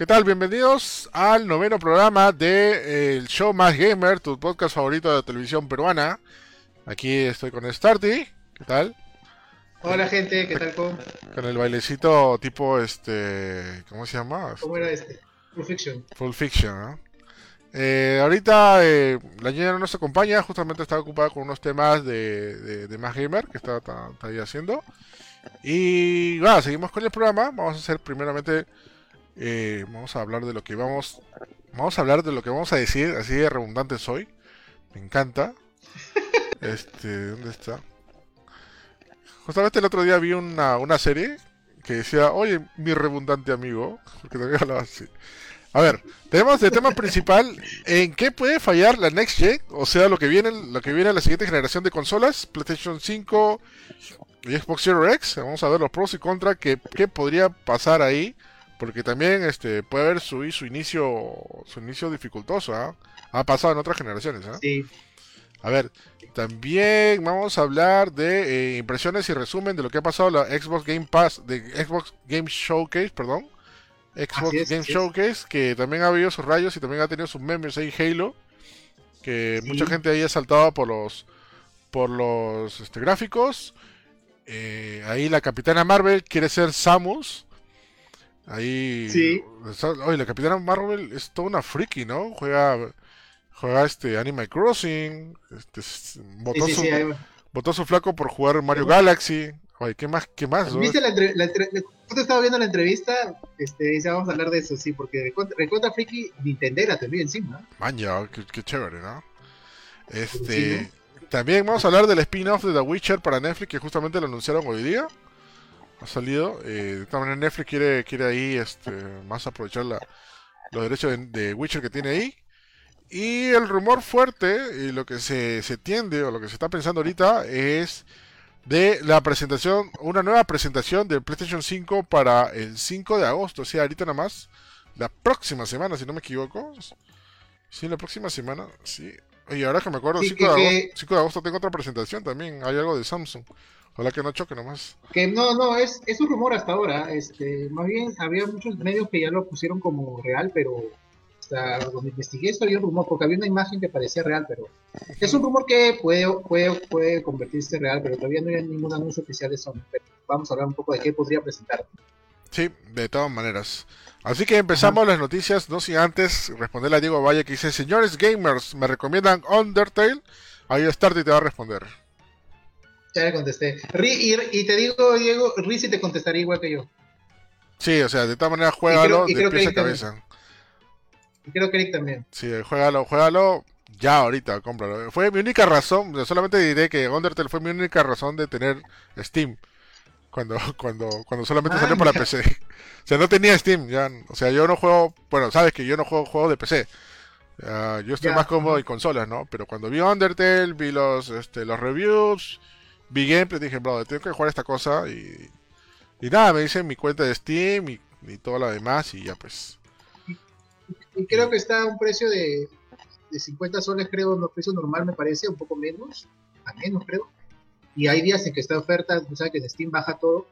¿Qué tal? Bienvenidos al noveno programa de El Show Más Gamer, tu podcast favorito de televisión peruana. Aquí estoy con Starty. ¿Qué tal? Hola gente, ¿qué tal? Con el bailecito tipo, ¿cómo se llama? ¿Cómo era este? Pulp Fiction. Full Fiction, ¿no? Ahorita la niña no nos acompaña, justamente está ocupada con unos temas de Más Gamer que está ahí haciendo. Y bueno, seguimos con el programa. Vamos a hacer primeramente, vamos a hablar de lo que vamos a hablar de lo que vamos a decir, así de redundante soy. Me encanta. ¿Dónde está? Justamente el otro día vi una serie que decía, oye, mi redundante amigo, porque también hablaba así. A ver, tenemos de tema principal en qué puede fallar la Next Gen, o sea, lo que viene a la siguiente generación de consolas, PlayStation 5 y Xbox Series X. Vamos a ver los pros y contras, qué podría pasar ahí, porque también puede haber su inicio dificultoso, ¿ah? Ha pasado en otras generaciones, ¿ah? Sí, A ver, también vamos a hablar de impresiones y resumen de lo que ha pasado en la Xbox Game Pass, de Xbox Game Showcase, perdón. así Xbox es, Game así es. Showcase, que también ha habido sus rayos y también ha tenido sus memes ahí Halo, que mucha Sí, gente ahí ha saltado por los gráficos. Ahí la Capitana Marvel quiere ser Samus. Ahí, sí, oye, la Capitana Marvel es toda una friki, ¿no? Juega Animal Crossing, sí, votó sí, sí. su, votó su flaco por jugar Mario Hemos- Galaxy. Oye, ¿qué más, no? ¿Viste justo estaba viendo la entrevista? Dice, vamos a hablar de eso, sí, porque recontra Friki Nintendera también encima, ¿no? Maña, qué chévere, ¿no? Sí, ¿no? Este, también vamos a hablar del spin-off de The Witcher para Netflix, que justamente lo anunciaron hoy día. Ha salido. De esta manera Netflix quiere ahí más aprovechar los derechos de Witcher que tiene ahí. Y el rumor fuerte, y lo que se tiende, o lo que se está pensando ahorita, es de la presentación, una nueva presentación del PlayStation 5 para el 5 de agosto, o sea, ahorita nada más, la próxima semana, si no me equivoco. Sí, la próxima semana, sí. Oye, ahora que me acuerdo, Sí, 5 de agosto, 5 de agosto tengo otra presentación también, hay algo de Samsung. Ojalá que no choque nomás. que no, es un rumor hasta ahora. Más bien había muchos medios que ya lo pusieron como real, pero cuando investigué esto había un rumor, porque había una imagen que parecía real, pero es un Ujú. rumor que puede convertirse en real, pero todavía no hay ningún anuncio oficial de eso. Pero vamos a hablar un poco de qué podría presentar. Sí, de todas maneras. Así que Ajá, empezamos las noticias, no sin antes responderle a Diego Valle que dice, señores gamers, ¿me recomiendan Undertale? Ahí Starty te va a responder. ya le contesté. Y te digo, Diego, Rizzi te contestaría igual que yo. Sí, o sea, de todas maneras Y creo, juégalo y de creo que pies a Eric también. cabeza. Y creo que Eric también. Sí, juégalo ya ahorita, cómpralo. Fue mi única razón, solamente diré que Undertale fue mi única razón de tener Steam cuando solamente salió Man, para ya, PC. O sea, no tenía Steam, ya, o sea, yo no juego, bueno, sabes que yo no juego juegos de PC. Yo estoy más ya, cómodo ajá. en consolas, ¿no? Pero cuando vi Undertale, vi los reviews, vi gameplay, dije, bro, tengo que jugar esta cosa y nada, me hice mi cuenta de Steam y todo lo demás y ya pues. Y creo Y, que está a un precio de 50 soles, creo, no, precio normal me parece, un poco menos, a menos creo. Y hay días en que está de oferta, tú sabes que en Steam baja todo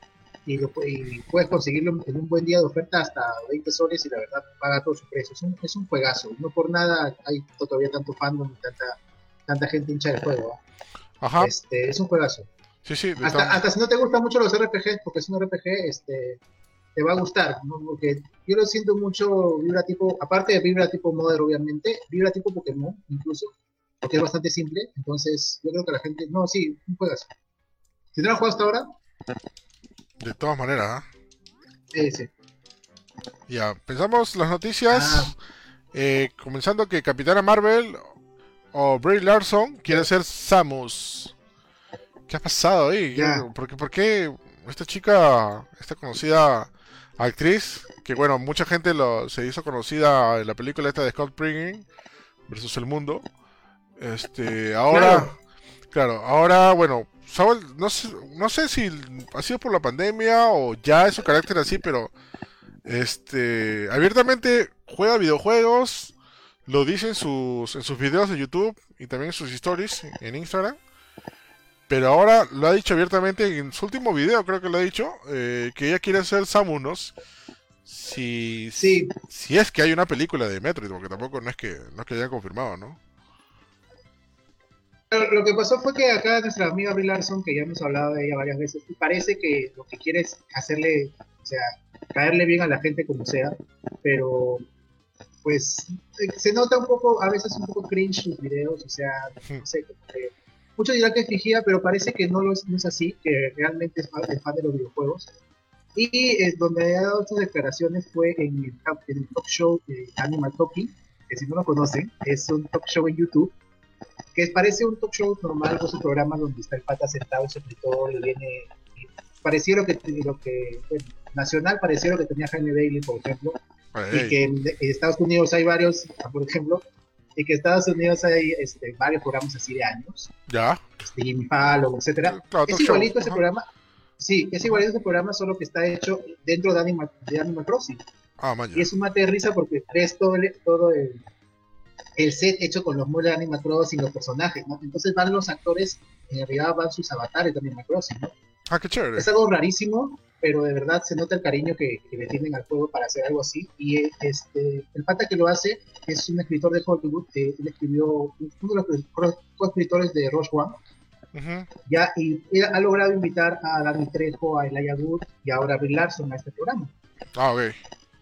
y puedes conseguirlo en un buen día de oferta hasta 20 soles y la verdad paga todo su precio. Es un juegazo, no por nada hay todavía tanto fandom y tanta gente hincha del juego. ¿Eh? ajá, Es un juegazo. sí, sí, Hasta si no te gustan mucho los RPGs, porque es un RPG, te va a gustar, ¿no? Porque yo lo siento mucho vibra tipo, aparte de vibra tipo Modern, obviamente, vibra tipo Pokémon, incluso, porque es bastante simple. Entonces, yo creo que la gente, no, sí, un juegazo. Si no lo has jugado hasta ahora, de todas maneras, ¿ah? sí. Ya, pensamos las Ah, noticias, comenzando que Capitana Marvel o Brie Larson quiere ya, ser Samus. ¿Qué ha pasado ahí? ya. ¿Por qué esta chica, esta conocida actriz, que bueno, mucha gente se hizo conocida en la película esta de Scott Pilgrim versus el mundo, ahora, Claro, claro, ahora, bueno, no sé si ha sido por la pandemia o ya es su carácter así, pero abiertamente juega videojuegos, lo dice en sus videos de YouTube y también en sus stories en Instagram. Pero ahora lo ha dicho abiertamente en su último video, creo que lo ha dicho, que ella quiere ser Samunos. Si, Sí, si es que hay una película de Metroid, porque tampoco no es que hayan confirmado, ¿no? pero lo que pasó fue que acá nuestra amiga Brie Larson, que ya hemos hablado de ella varias veces, parece que lo que quiere es hacerle, o sea, caerle bien a la gente como sea, pero pues se nota un poco, a veces un poco cringe sus videos, o sea, no sé, como que muchos dirán que es fingida, pero parece que no es así, que realmente es fan de los videojuegos. Y donde ha dado estas declaraciones fue en el talk show Animal Talking, que si no lo conocen, es un talk show en YouTube, que parece un talk show normal, con su programa donde está el pata sentado en su escritorio, viene, parecía bueno, nacional parecía lo que tenía Jaime Bailey, por ejemplo, y Ey, que en Estados Unidos hay varios, por ejemplo, y que en Estados Unidos hay varios programas así de años, ya. Jimmy Fallon, etcétera. Claro, Es talk show. igualito ese Ajá. programa, sí, es Ajá. igualito ese programa, solo que está hecho dentro de Animal Crossing. Ah, man, Y ya. es un mate de risa porque ves el set hecho con los moldes de Animal Crossing, los personajes, ¿no? Entonces van los actores, en realidad van sus avatares de Animal Crossing, ¿no? Ah, qué chévere. Es algo rarísimo, pero de verdad se nota el cariño que le tienen al juego para hacer algo así. Y el pata que lo hace es un escritor de Hollywood, él escribió uno de los co-escritores de Rush One, Ujú. ya, y él ha logrado invitar a Danny Trejo, a Elijah Wood y ahora a Brie Larson a este programa. Ah, ok.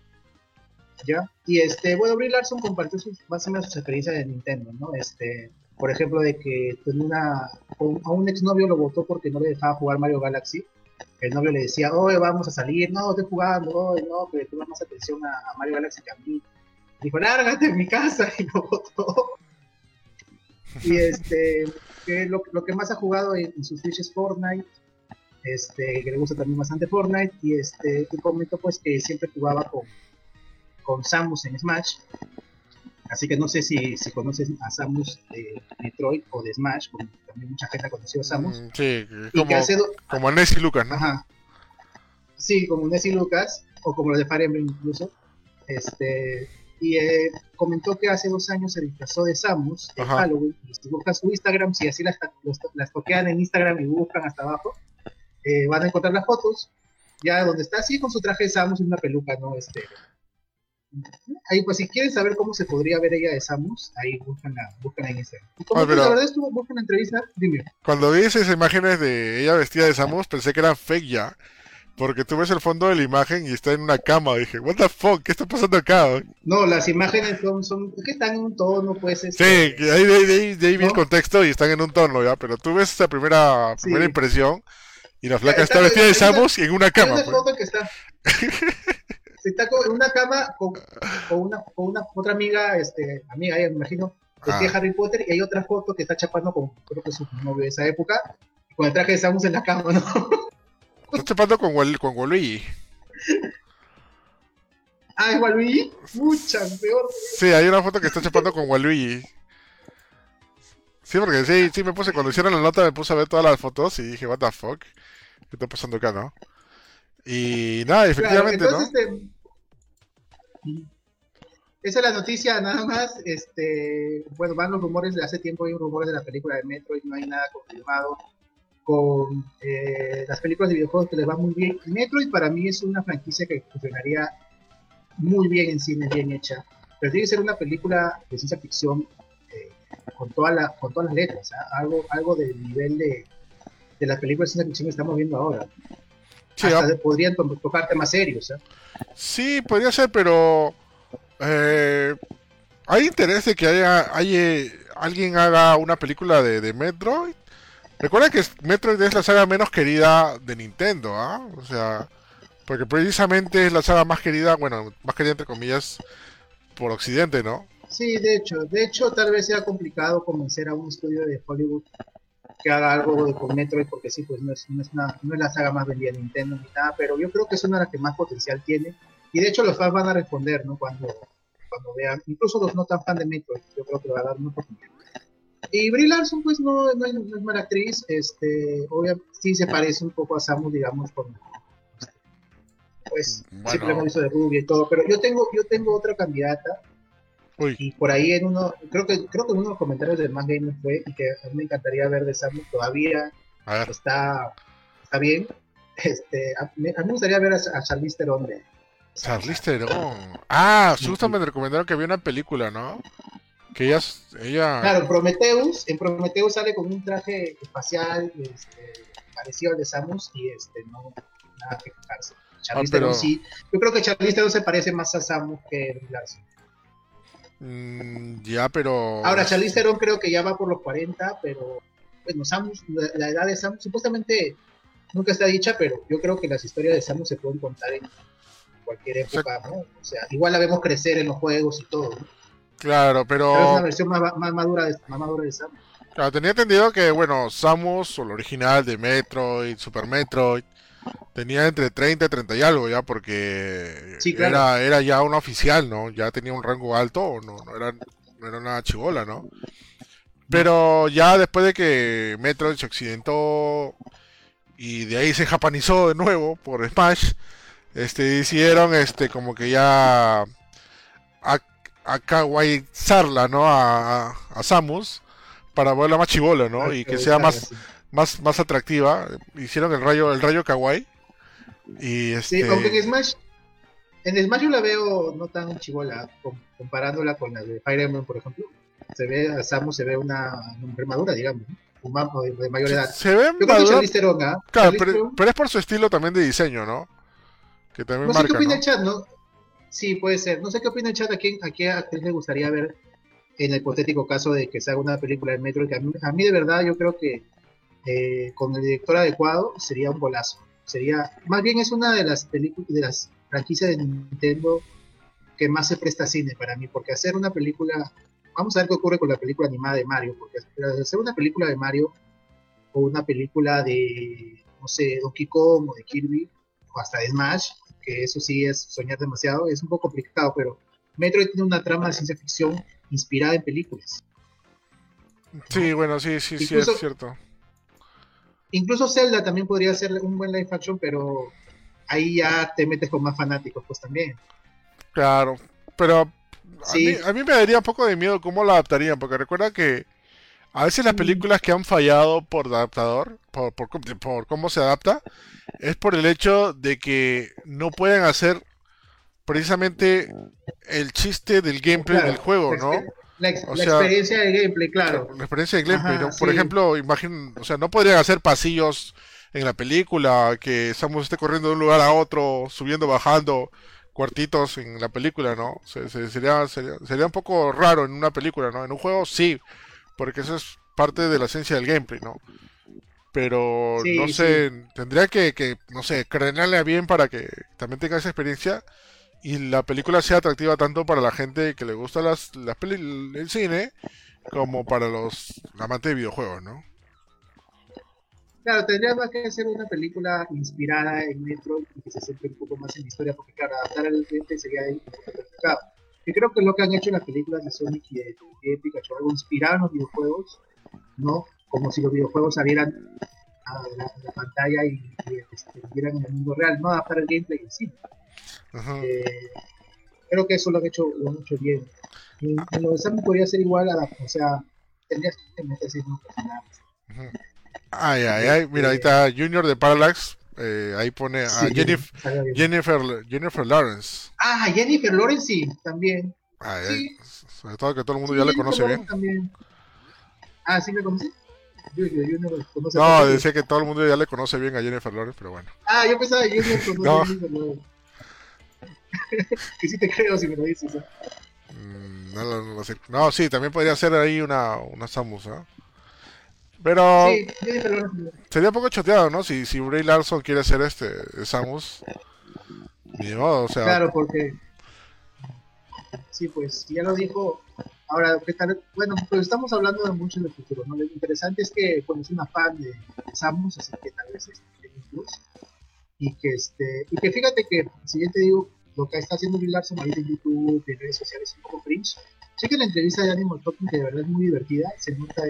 ¿Ya? Y bueno, Brie Larson compartió más o menos sus experiencias de Nintendo, ¿no? Por ejemplo, de que a un exnovio lo votó porque no le dejaba jugar Mario Galaxy. El novio le decía, oye, vamos a salir, no, estoy jugando, oye, no, pero tú más atención a Mario Galaxy que a mí. Dijo, lárgate en mi casa, y lo votó. Y que lo que más ha jugado en su Switch es Fortnite, que le gusta también bastante Fortnite, y comentó pues que siempre jugaba con Samus en Smash. Así que no sé si conoces a Samus de Metroid o de Smash, como también mucha gente ha conocido a Samus. Sí, es Y que como, hace. como Ness y Lucas, ¿no? Ajá. Sí, como Nessie Lucas, o como los de Fire Emblem incluso. Este, y comentó que hace 2 años se disfrazó de Samus en Ajá. Halloween. Y si buscas su Instagram, si así las toquean en Instagram y buscan hasta abajo, van a encontrar las fotos. Ya donde está así con su traje de Samus y una peluca, ¿no? Ahí, pues si quieren saber cómo se podría ver ella de Samus, ahí buscan en Instagram. Y Ah, como tú, la pero verdad, buscan la entrevista, dime. cuando vi esas imágenes de ella vestida de Samus, pensé que eran fake ya. Porque tú ves el fondo de la imagen y está en una cama. Dije, what the fuck, ¿qué está pasando acá? No, las imágenes es que están en un tono, pues, Sí, que ahí, de ahí vi el ¿no? contexto y están en un tono, ¿ya? Pero tú ves esa primera Sí. impresión y la flaca está Está, vestida de hay una, Samus y en una hay cama, una pues. foto que está en una cama con una otra amiga, amiga, me imagino, vestida Ah, de Harry Potter, y hay otra foto que está chapando con, creo que es su novio de esa época, con el traje de Samus en la cama, ¿no? está chapando con Waluigi. Ah, es Waluigi, mucha peor. Sí, hay una foto que está chapando con Waluigi. Sí, porque sí me puse, cuando hicieron la nota me puse a ver todas las fotos y dije, what the fuck, ¿qué está pasando acá, no? Y nada, Claro, efectivamente, entonces, ¿no? esa es la noticia, nada más. Bueno, van los rumores de hace tiempo, hay rumores de la película de Metroid, no hay nada confirmado. Con las películas de videojuegos que les va muy bien. Metroid para mí es una franquicia que funcionaría muy bien en cine, bien hecha. Pero tiene que ser una película de ciencia ficción eh, con todas las letras, ¿eh? Algo del nivel de las películas de ciencia ficción que estamos viendo ahora. Sí, Hasta podrían tocar temas serios. ¿Eh? sí, podría ser, pero eh, ¿hay interés de que alguien haga una película de Metroid? Recuerda que Metroid es la saga menos querida de Nintendo, ¿ah? O sea, porque precisamente es la saga más querida, bueno, más querida entre comillas, por Occidente, ¿no? Sí, de hecho tal vez sea complicado convencer a un estudio de Hollywood que haga algo con Metroid, porque sí, pues no es la saga más vendida de Nintendo ni nada, pero yo creo que es una de las que más potencial tiene. Y de hecho los fans van a responder, ¿no? Cuando vean, incluso los no tan fan de Metroid, yo creo que le va a dar una oportunidad. Y Brie Larson, pues no es mala actriz, obviamente sí se parece un poco a Samus, digamos, pues siempre lo hemos Bueno, visto de rubia y todo, pero yo tengo otra candidata, uy, y por ahí creo que en uno de los comentarios de Más Gamer fue, y que a mí me encantaría ver de Samus, todavía a ver, está bien. A mí me gustaría ver a Charlize Theron Charlize Theron. Ah, Sí, justo me recomendaron que había una película, ¿no? Que ella... claro, en Prometheus sale con un traje espacial parecido al de Samus y no nada que quejarse. Ah, Charlize Theron pero... sí, yo creo que Charlize Theron se parece más a Samus que Brie Larson. ya, pero... Ahora, Charlize Theron creo que ya va por los 40, pero bueno, Samus, la edad de Samus supuestamente nunca está dicha, pero yo creo que las historias de Samus se pueden contar en cualquier o sea, época, ¿no? O sea, igual la vemos crecer en los juegos y todo, ¿no? claro, Pero es una pero... versión más madura de Samus. Claro, tenía entendido que, bueno, Samus, o el original de Metroid, Super Metroid, tenía entre 30 y 30 y algo ya, porque Sí, claro. era ya una oficial, ¿no? Ya tenía un rango alto, no era una chivola, ¿no? No. Pero ya después de que Metroid se accidentó y de ahí se japanizó de nuevo por Smash, hicieron como que ya a kawaizarla, ¿no? A Samus para volverla más chivola, ¿no? Y que sea Revisarla, sí. más atractiva. Hicieron el rayo kawaii y Sí, aunque en Smash yo la veo no tan chivola, comparándola con la de Fire Emblem, por ejemplo. Se ve, a Samus se ve una mujer madura, digamos, ¿no? De mayor edad. se ve Yo creo que madura, Charlize Theron, ¿ah? claro, Charlize Theron, pero es por su estilo también de diseño, ¿no? Que también no sé qué marca, opina el ¿no? chat, ¿no? Sí, puede ser. No sé qué opina el chat, a qué actriz le gustaría ver en el hipotético caso de que se haga una película de Metro, que a mí de verdad yo creo que con el director adecuado sería un golazo. Sería, más bien es una de las películas, de las franquicias de Nintendo que más se presta a cine para mí, porque hacer una película, vamos a ver qué ocurre con la película animada de Mario, porque hacer una película de Mario o una película de, no sé, Donkey Kong o de Kirby, o hasta de Smash, que eso sí es soñar demasiado, es un poco complicado, pero Metroid tiene una trama de ciencia ficción inspirada en películas, ¿no? Sí, bueno, sí, es Incluso, cierto. incluso Zelda también podría ser un buen live action, pero ahí ya te metes con más fanáticos, pues también. Claro, pero Sí, a mí me daría un poco de miedo cómo la adaptarían, porque recuerda que a veces las mm, películas que han fallado por adaptador, por cómo se adapta, es por el hecho de que no pueden hacer precisamente el chiste del gameplay del claro, juego, ¿no? O la sea, experiencia de gameplay, claro. la experiencia de gameplay, Ajá, ¿no? Por sí, ejemplo, imaginen, o sea, no podrían hacer pasillos en la película, que Samus esté corriendo de un lugar a otro, subiendo, bajando, cuartitos en la película, ¿no? Sería un poco raro en una película, ¿no? En un juego sí, porque eso es parte de la esencia del gameplay, ¿no? Pero no sí, sí. sé, tendría no sé, cranearle bien para que también tenga esa experiencia y la película sea atractiva tanto para la gente que le gusta el cine como para los amantes de videojuegos, ¿no? Claro, tendría más que ser una película inspirada en Metroid y que se centre un poco más en la historia, porque claro, adaptar al cliente sería un poco complicado. Yo creo que lo que han hecho en las películas de Sonic y de Pikachu, algo inspirado en los videojuegos, ¿no? Como si los videojuegos salieran a la pantalla y vieran en el mundo real, no adaptar el gameplay en sí. Ajá. Eh, Creo que eso lo han hecho bien. En lo de Samus podría ser igual, o sea, tendrías que meterse en un personaje. Ajá. Ay, ay, ay, mira, ahí Este, está Junior de Parallax, ahí pone a sí, estaría bien. Jennifer Lawrence. Ah, Jennifer Lawrence sí, también. Ay, ay, Sí, sobre todo que todo el mundo ya sí, le Jennifer conoce Lawrence bien. también. Ah, ¿sí me conoces? Yo no lo conoce No, poco, pero... decía que todo el mundo ya le conoce bien a Jennifer Lawrence, pero bueno. Ah, yo pensaba que Junior conoce a No, Jennifer Lawrence. Que sí te creo si me lo dices. ¿Eh? no lo sé. No, sí, también podría ser ahí una Samus, ¿ah? Pero Sí, Jennifer Lawrence. sería un poco choteado, ¿no? Si Bray Larson quiere ser Samus, ni modo, o sea, Claro, porque sí, pues ya lo dijo. Ahora, ¿qué tal? Bueno, pues estamos hablando de mucho del futuro, ¿no? Lo interesante es que, bueno, es una fan de Samus, así que tal vez tenga un plus. Y que fíjate que, si yo te digo, lo que está haciendo Bill Larson ahorita en YouTube, en redes sociales, es un poco cringe. Sé que la entrevista de Animal Talking, que de verdad es muy divertida, se nota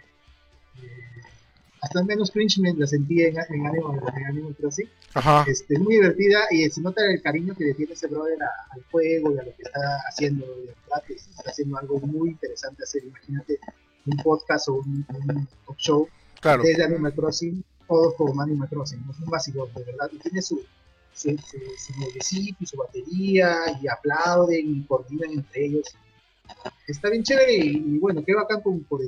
hasta menos cringe me la sentí en Animal Crossing. ajá, Es muy divertida y se nota el cariño que le tiene ese brother al juego y a lo que está haciendo. De verdad, que está haciendo algo muy interesante hacer. Imagínate un podcast o un talk show claro. desde Animal Crossing, todo como Animal Crossing. ¿No? Es un vacilón, de verdad. Y tiene su noviecito y su batería, y aplauden y coordinan entre ellos. Está bien chévere y bueno, qué bacán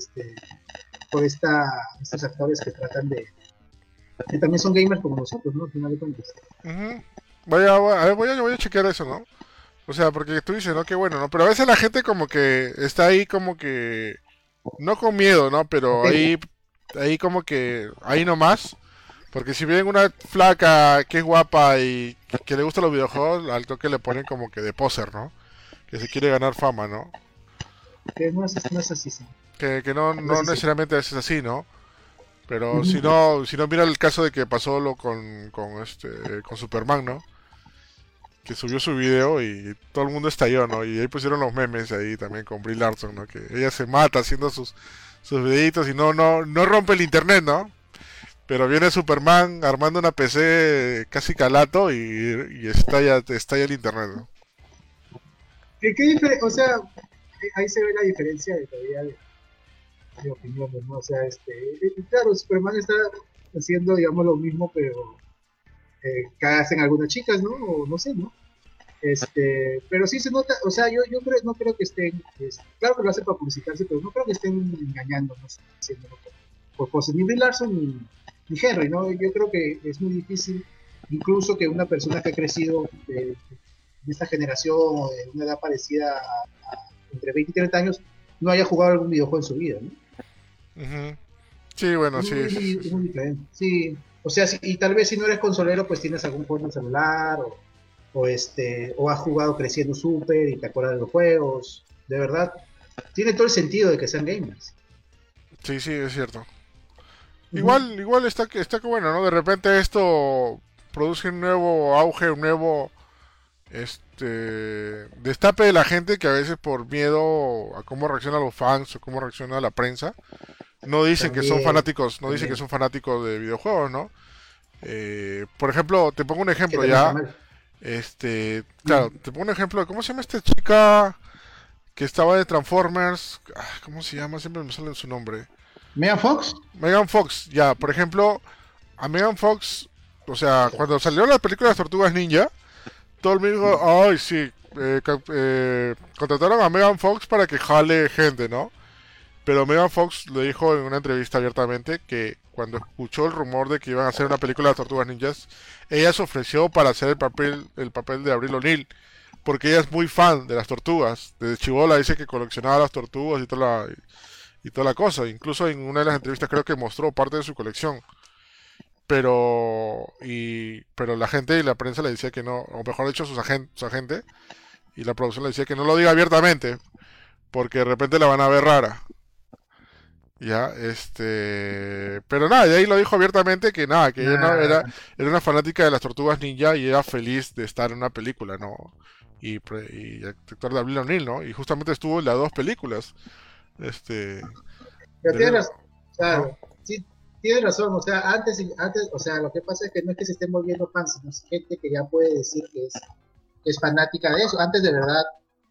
estos actores que tratan que también son gamers como nosotros, ¿no? Al final de cuentas. Ujú. Voy a chequear eso, ¿no? O sea, porque tú dices, ¿no? Qué bueno, ¿no? Pero a veces la gente como que está ahí como que, no con miedo, ¿no? Pero Atenta. ahí como que, ahí nomás. Porque si viene una flaca que es guapa y que le gustan los videojuegos, al toque le ponen como que de poser, ¿no? Que se quiere ganar fama, ¿no? Que no es así, sí. Que no, No es no así. necesariamente es así, ¿no? Pero Ujú. si no mira el caso de que pasó lo con Superman, ¿no? Que subió su video y todo el mundo estalló, ¿no? Y ahí pusieron los memes ahí también con Brie Larson, ¿no? Que ella se mata haciendo sus videitos y no rompe el internet, ¿no? Pero viene Superman armando una PC casi calato y estalla el internet, ¿no? O sea, ahí se ve la diferencia de todavía de opiniones, ¿no? O sea, claro, Superman está haciendo, digamos, lo mismo, pero que hacen algunas chicas, ¿no? O no sé, ¿no? Pero sí se nota, o sea, yo no creo que estén, claro que lo hacen para publicitarse, pero no creo que estén engañándonos, haciéndolo por cosas, ni Brie Larson ni Henry, ¿no? Yo creo que es muy difícil, incluso que una persona que ha crecido de esta generación o de una edad parecida entre 20 y 30 años, no haya jugado algún videojuego en su vida, ¿no? Ujú. Sí, bueno, sí, sí, sí, Es sí. muy diferente. Sí, o sea, y tal vez si no eres consolero, pues tienes algún juego en el celular o has jugado creciendo súper y te acuerdas de los juegos. De verdad, tiene todo el sentido de que sean gamers. Sí, sí, es cierto. Ujú. Igual está que bueno, ¿no? De repente esto produce un nuevo auge, un nuevo destape de la gente que a veces por miedo a cómo reaccionan los fans o cómo reacciona la prensa, no dicen que son También, fanáticos, no dicen que también. son fanáticos de videojuegos, ¿no? Por ejemplo, te pongo un Que ejemplo también está ya. mal. Claro, te pongo un ejemplo de cómo se llama esta chica que estaba de Transformers. ¿Cómo se llama? Siempre me sale su nombre. Megan Fox, Megan Fox, ya, por ejemplo, a Megan Fox, o sea, cuando salió la película de las Tortugas Ninja, todo el mundo dijo, ay, sí, contrataron a Megan Fox para que jale gente, ¿no? Pero Megan Fox le dijo en una entrevista abiertamente que cuando escuchó el rumor de que iban a hacer una película de las Tortugas Ninjas, ella se ofreció para hacer el papel de Abril O'Neil, porque ella es muy fan de las tortugas. Desde chibola dice que coleccionaba las tortugas y toda la cosa. Incluso en una de las entrevistas creo que mostró parte de su colección. Pero la gente y la prensa le decía que no, o mejor dicho, su agente y la producción le decía que no lo diga abiertamente, porque de repente la van a ver rara. Ya, pero nada, y ahí lo dijo abiertamente que nada, que ella no era, nah, era una fanática de las tortugas ninja y era feliz de estar en una película, ¿no? Y actor de Abril O'Neil, ¿no? Y justamente estuvo en las dos películas. Este, pero de, ajá. claro, sí, tienes razón, o sea, antes, o sea, lo que pasa es que no es que se estén volviendo fans, sino es gente que ya puede decir que es fanática de eso. Antes de verdad,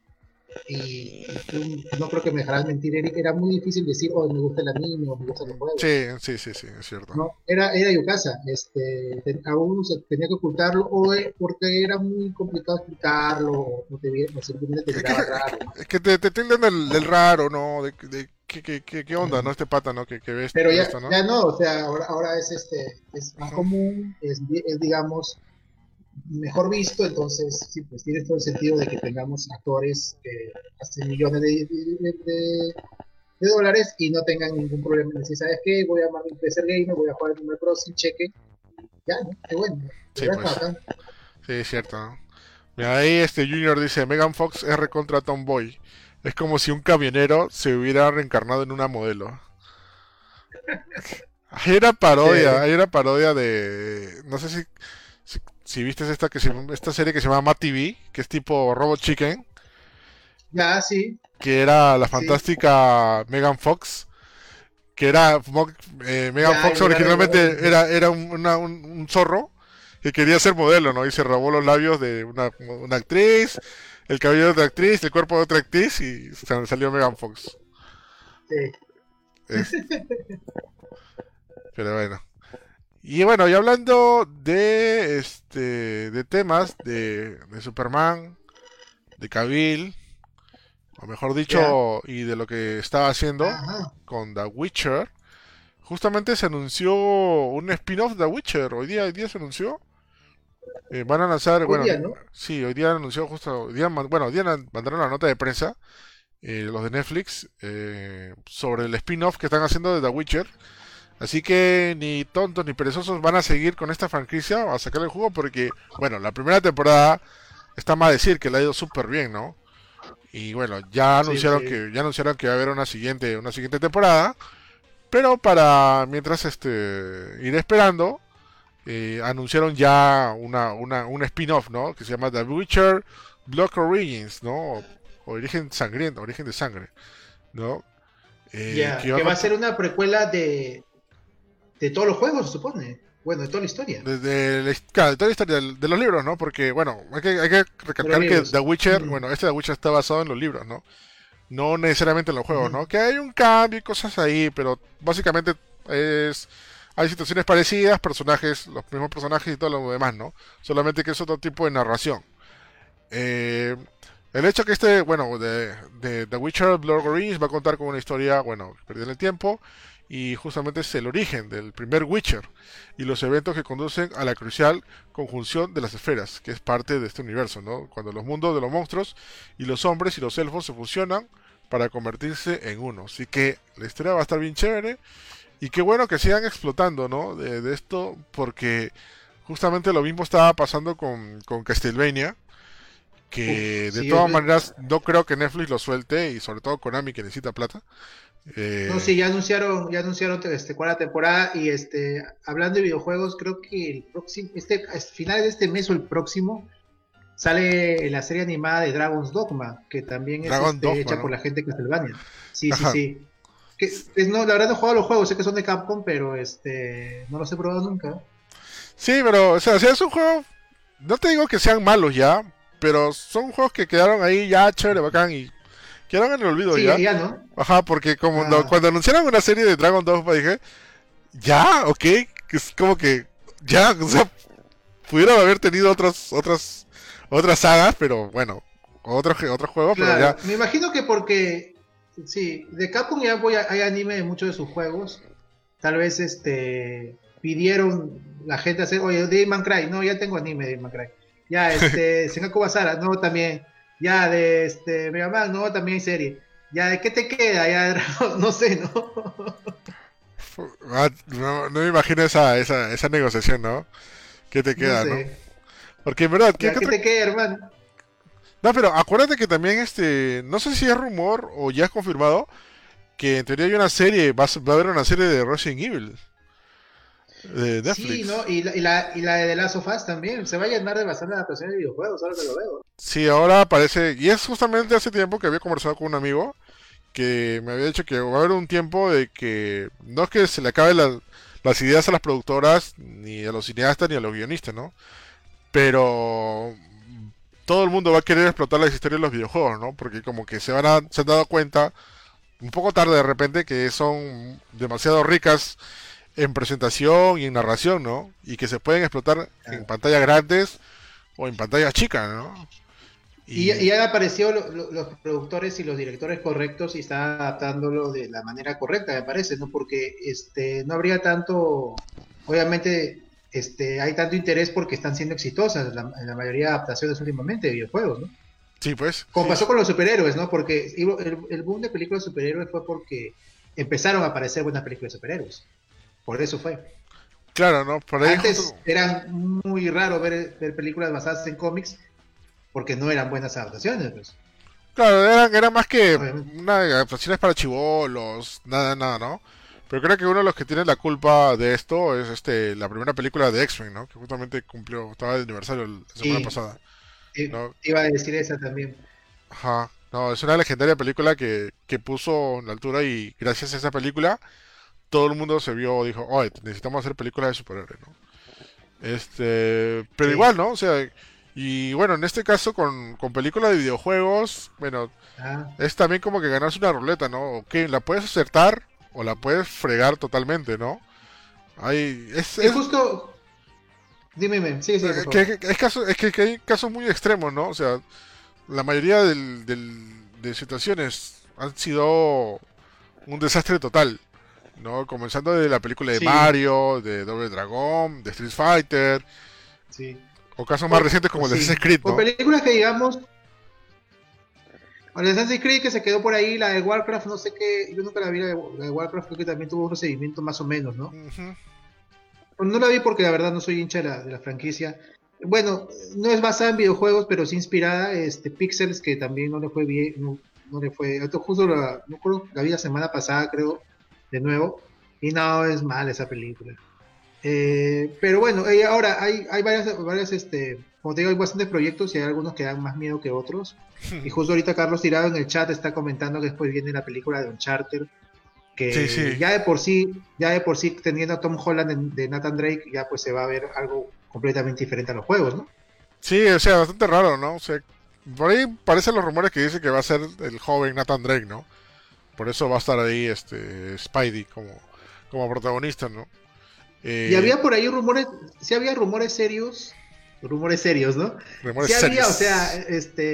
y tú no creo que me dejarás mentir, Eric, era muy difícil decir, oh, me gusta el anime o me gustan los juegos. Sí, sí, sí, sí, es cierto. No, era Yukasa, aún se tenía que ocultarlo porque era muy complicado explicarlo o simplemente te Es que, miraba raro, ¿no? es que te tildan del raro, ¿no? ¿Qué onda, no? Este pata, ¿no? Que ves Pero ya, esto, ¿no? ya no, o sea, ahora es más Ujú. común, digamos mejor visto, entonces sí, pues tiene todo el sentido de que tengamos actores que hacen millones de dólares y no tengan ningún problema en decir, ¿sabes qué? Voy a armar mi PC Gamer, voy a jugar el número Pro sin cheque, ya, ¿no? Qué bueno, de Sí, verdad está pues. bacán. Sí, es cierto, ¿no? Mira, ahí Junior dice, Megan Fox es recontra Tomboy. Es como si un camionero se hubiera reencarnado en una modelo. Chévere. Hay una parodia de... No sé si viste esta serie que se llama Matt TV, que es tipo Robot Chicken, Ya, sí, que era la sí, fantástica Megan Fox, que era... Megan ya, Fox en lugar de originalmente era un zorro que quería ser modelo, ¿no? Y se robó los labios de una actriz, el cabello de otra actriz, el cuerpo de otra actriz y salió Megan Fox. sí. Es- pero bueno. Y bueno, y hablando de temas de Superman, de Cavill, o mejor ¿Ya? dicho, y de lo que estaba haciendo Ajá. con The Witcher, justamente se anunció un spin-off de The Witcher. Hoy día se anunció. Van a lanzar, Hoy bueno, día, ¿no? sí, hoy día anunció justo, bueno, hoy día mandaron la nota de prensa, los de Netflix, sobre el spin-off que están haciendo de The Witcher. Así que ni tontos ni perezosos van a seguir con esta franquicia a sacar el juego porque, bueno, la primera temporada está más decir que le ha ido súper bien, ¿no? Y bueno, Sí, sí. ya anunciaron que va a haber una siguiente temporada, pero para mientras ir esperando, anunciaron ya un spin-off, ¿no? Que se llama The Witcher Blood Origins, ¿no? Origen sangriento, origen de sangre, ¿no? Que Ya, va a que va a contar ser una precuela de todos los juegos, se supone. Bueno, de toda la historia. desde claro, de toda la historia de los libros, ¿no? Porque, bueno, hay que De los recalcar que The libros. Witcher, Mm, bueno, The Witcher está basado en los libros, ¿no? No necesariamente en los juegos, ujú. ¿no? Que hay un cambio y cosas ahí, pero básicamente es... Hay situaciones parecidas, personajes, los mismos personajes y todo lo demás, ¿no? Solamente que es otro tipo de narración. Eh, el hecho que bueno, de The Witcher Blood Origins va a contar con una historia, bueno, perdida en el tiempo, y justamente es el origen del primer Witcher y los eventos que conducen a la crucial conjunción de las esferas, que es parte de este universo, ¿no? Cuando los mundos de los monstruos y los hombres y los elfos se fusionan para convertirse en uno. Así que la historia va a estar bien chévere y qué bueno que sigan explotando, ¿no? De esto, porque justamente lo mismo estaba pasando con Castlevania, Uf, que de sí, todas maneras no creo que Netflix lo suelte y sobre todo Konami que necesita plata. no, Eh, sí, ya anunciaron cuál temporada y hablando de videojuegos, creo que el próximo, finales de este mes o el próximo sale la serie animada de Dragon's Dogma, que también es Dragon Dogma, hecha por ¿no? la gente de Castlevania. Sí, sí, Ajá. sí. No, la verdad no he jugado los juegos, sé que son de Capcom, pero no los he probado nunca. Sí, pero, o sea, si es un juego, no te digo que sean malos ya, pero son juegos que quedaron ahí ya chévere, bacán y quedaron en el olvido Sí, ya. ya no. Ajá, porque Ah, cuando anunciaron una serie de Dragon Dogma dije, ya, ok, que es como que ya, o sea, pudieron haber tenido otras sagas, pero bueno, otros juegos, pero ya. claro, me imagino que porque, sí, de Capcom ya hay anime de muchos de sus juegos. Tal vez pidieron la gente hacer, oye, Devil May Cry, no, ya tengo anime de Devil May Cry. Ya, Sengoku Basara, no, también. Ya, de Mega Man, no, también hay serie. Ya, ¿de qué te queda? Ya, no sé, ¿no? No, no me imagino esa negociación, ¿no? ¿Qué te No queda, sé. no? Porque en verdad, Ya, ¿qué te queda, hermano? No, pero acuérdate que también no sé si es rumor o ya es confirmado, que en teoría hay una serie, va a haber una serie de Resident Evil, de Sí, ¿no? Netflix. Y la de The Last of Us también. Se va a llenar de bastante adaptaciones de videojuegos, ahora que lo veo. Sí, ahora parece, y es justamente hace tiempo que había conversado con un amigo, que me había dicho que va a haber un tiempo de que no es que se le acaben las ideas a las productoras, ni a los cineastas, ni a los guionistas, ¿no? Pero todo el mundo va a querer explotar las historias de los videojuegos, ¿no? Porque como que se han dado cuenta un poco tarde de repente que son demasiado ricas en presentación y en narración, ¿no? Y que se pueden explotar en Ah. pantallas grandes o en pantallas chicas, ¿no? Y Y ya han aparecido los productores y los directores correctos y están adaptándolo de la manera correcta, me parece, ¿no? Porque no habría tanto, obviamente, hay tanto interés porque están siendo exitosas en la mayoría de adaptaciones últimamente de videojuegos, ¿no? sí, pues, Como sí, pasó sí. con los superhéroes, ¿no? Porque el boom de películas de superhéroes fue porque empezaron a aparecer buenas películas de superhéroes. Por eso fue. Claro, ¿no? Por ahí justo... Antes era muy raro ver películas basadas en cómics porque no eran buenas adaptaciones, pues, Claro, era más que obviamente. una adaptaciones para chivolos, nada, nada, ¿no? Pero creo que uno de los que tiene la culpa de esto es la primera película de X-Men, ¿no? Que justamente estaba de aniversario la semana Sí, pasada, ¿no? iba a decir esa también. Ajá. No, es una legendaria película que puso en la altura y gracias a esa película todo el mundo se vio, dijo, oye, necesitamos hacer películas de superhéroes, ¿no? Pero Sí. igual, ¿no? O sea, y bueno, en este caso con películas de videojuegos, bueno, Ah, es también como que ganarse una ruleta, ¿no? Ok, la puedes acertar o la puedes fregar totalmente, ¿no? Y justo, dime, sigue, por favor. Que hay casos muy extremos, ¿no? O sea, la mayoría de situaciones han sido un desastre total, ¿no? Comenzando de la película de Sí, Mario, de Double Dragon, de Street Fighter, sí. o casos más recientes como el de Sí. Assassin's Creed, O ¿no? películas que digamos, o la de Assassin's Creed que se quedó por ahí, la de Warcraft, no sé qué, yo nunca la vi, la de Warcraft creo que también tuvo un procedimiento más o menos, ¿no? Ujú. Bueno, no la vi porque la verdad no soy hincha de la franquicia. Bueno, no es basada en videojuegos, pero sí inspirada, Pixels, que también no le fue bien, no le fue, esto justo no recuerdo, la vi la semana pasada, creo, de nuevo, y no, es mala esa película. Pero bueno, ahora hay varias, como te digo, hay bastantes proyectos y hay algunos que dan más miedo que otros. Y justo ahorita Carlos Tirado en el chat está comentando que después viene la película de Uncharted, Sí, que sí. ya de por sí teniendo a Tom Holland de Nathan Drake, ya pues se va a ver algo completamente diferente a los juegos, ¿no? Sí, o sea, bastante raro, ¿no? O sea, por ahí parecen los rumores que dicen que va a ser el joven Nathan Drake, ¿no? Por eso va a estar ahí Spidey como protagonista, ¿no? Y Eh, había por ahí rumores, sí había rumores serios, ¿no? rumores Sí había, o sea, serios.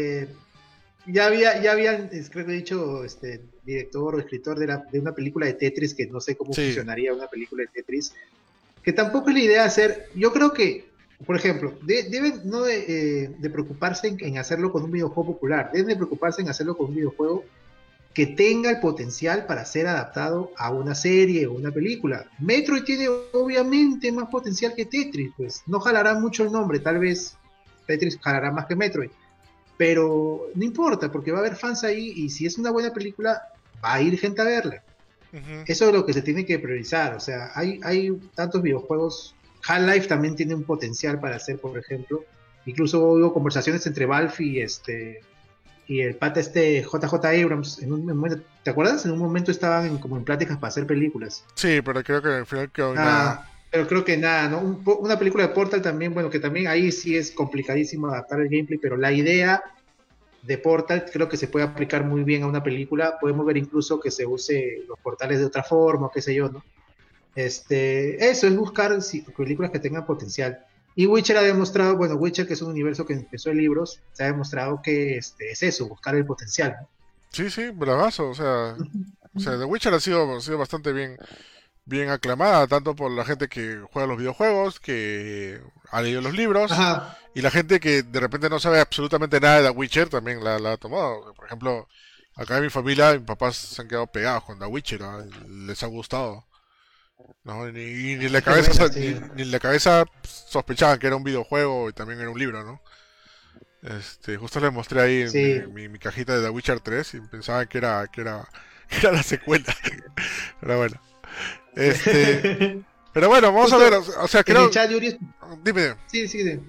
ya habían, creo que he dicho, director o escritor de una película de Tetris, que no sé cómo Sí, funcionaría una película de Tetris, que tampoco es la idea hacer, yo creo que, por ejemplo, deben no de preocuparse en hacerlo con un videojuego popular, deben de preocuparse en hacerlo con un videojuego que tenga el potencial para ser adaptado a una serie o una película. Metroid tiene obviamente más potencial que Tetris, pues no jalará mucho el nombre, tal vez Tetris jalará más que Metroid, pero no importa porque va a haber fans ahí y si es una buena película va a ir gente a verla. ujú, Eso es lo que se tiene que priorizar, o sea, hay tantos videojuegos, Half-Life también tiene un potencial para hacer, por ejemplo, incluso hubo conversaciones entre Valve y el pata JJ Abrams, en un momento, ¿te acuerdas? En un momento estaban como en pláticas para hacer películas. sí, pero creo que al final quedó en nada. Pero creo que nada, ¿no? Una película de Portal también, bueno, que también ahí sí es complicadísimo adaptar el gameplay, pero la idea de Portal creo que se puede aplicar muy bien a una película. Podemos ver incluso que se use los portales de otra forma, o qué sé yo, ¿no? Eso es buscar películas que tengan potencial. Y Witcher ha demostrado, bueno, Witcher, que es un universo que empezó en libros, se ha demostrado que es eso, buscar el potencial, ¿no? Sí, sí, bravazo. O sea, The Witcher ha sido bastante bien aclamada, tanto por la gente que juega los videojuegos, que ha leído los libros, Ajá, y la gente que de repente no sabe absolutamente nada de The Witcher también la ha tomado. Por ejemplo, acá en mi familia, mis papás se han quedado pegados con The Witcher, ¿no? Les ha gustado, ¿no? Ni en la es que es cabeza, buena, sí. ni en la cabeza sospechaban que era un videojuego y también era un libro, ¿no? Justo les mostré ahí Sí. mi cajita de The Witcher 3 y pensaban que era la secuela. Pero bueno. Este, pero bueno, vamos a ver, Justo o sea, en el creo, chat, Yuri, dime, sí, sí, sí.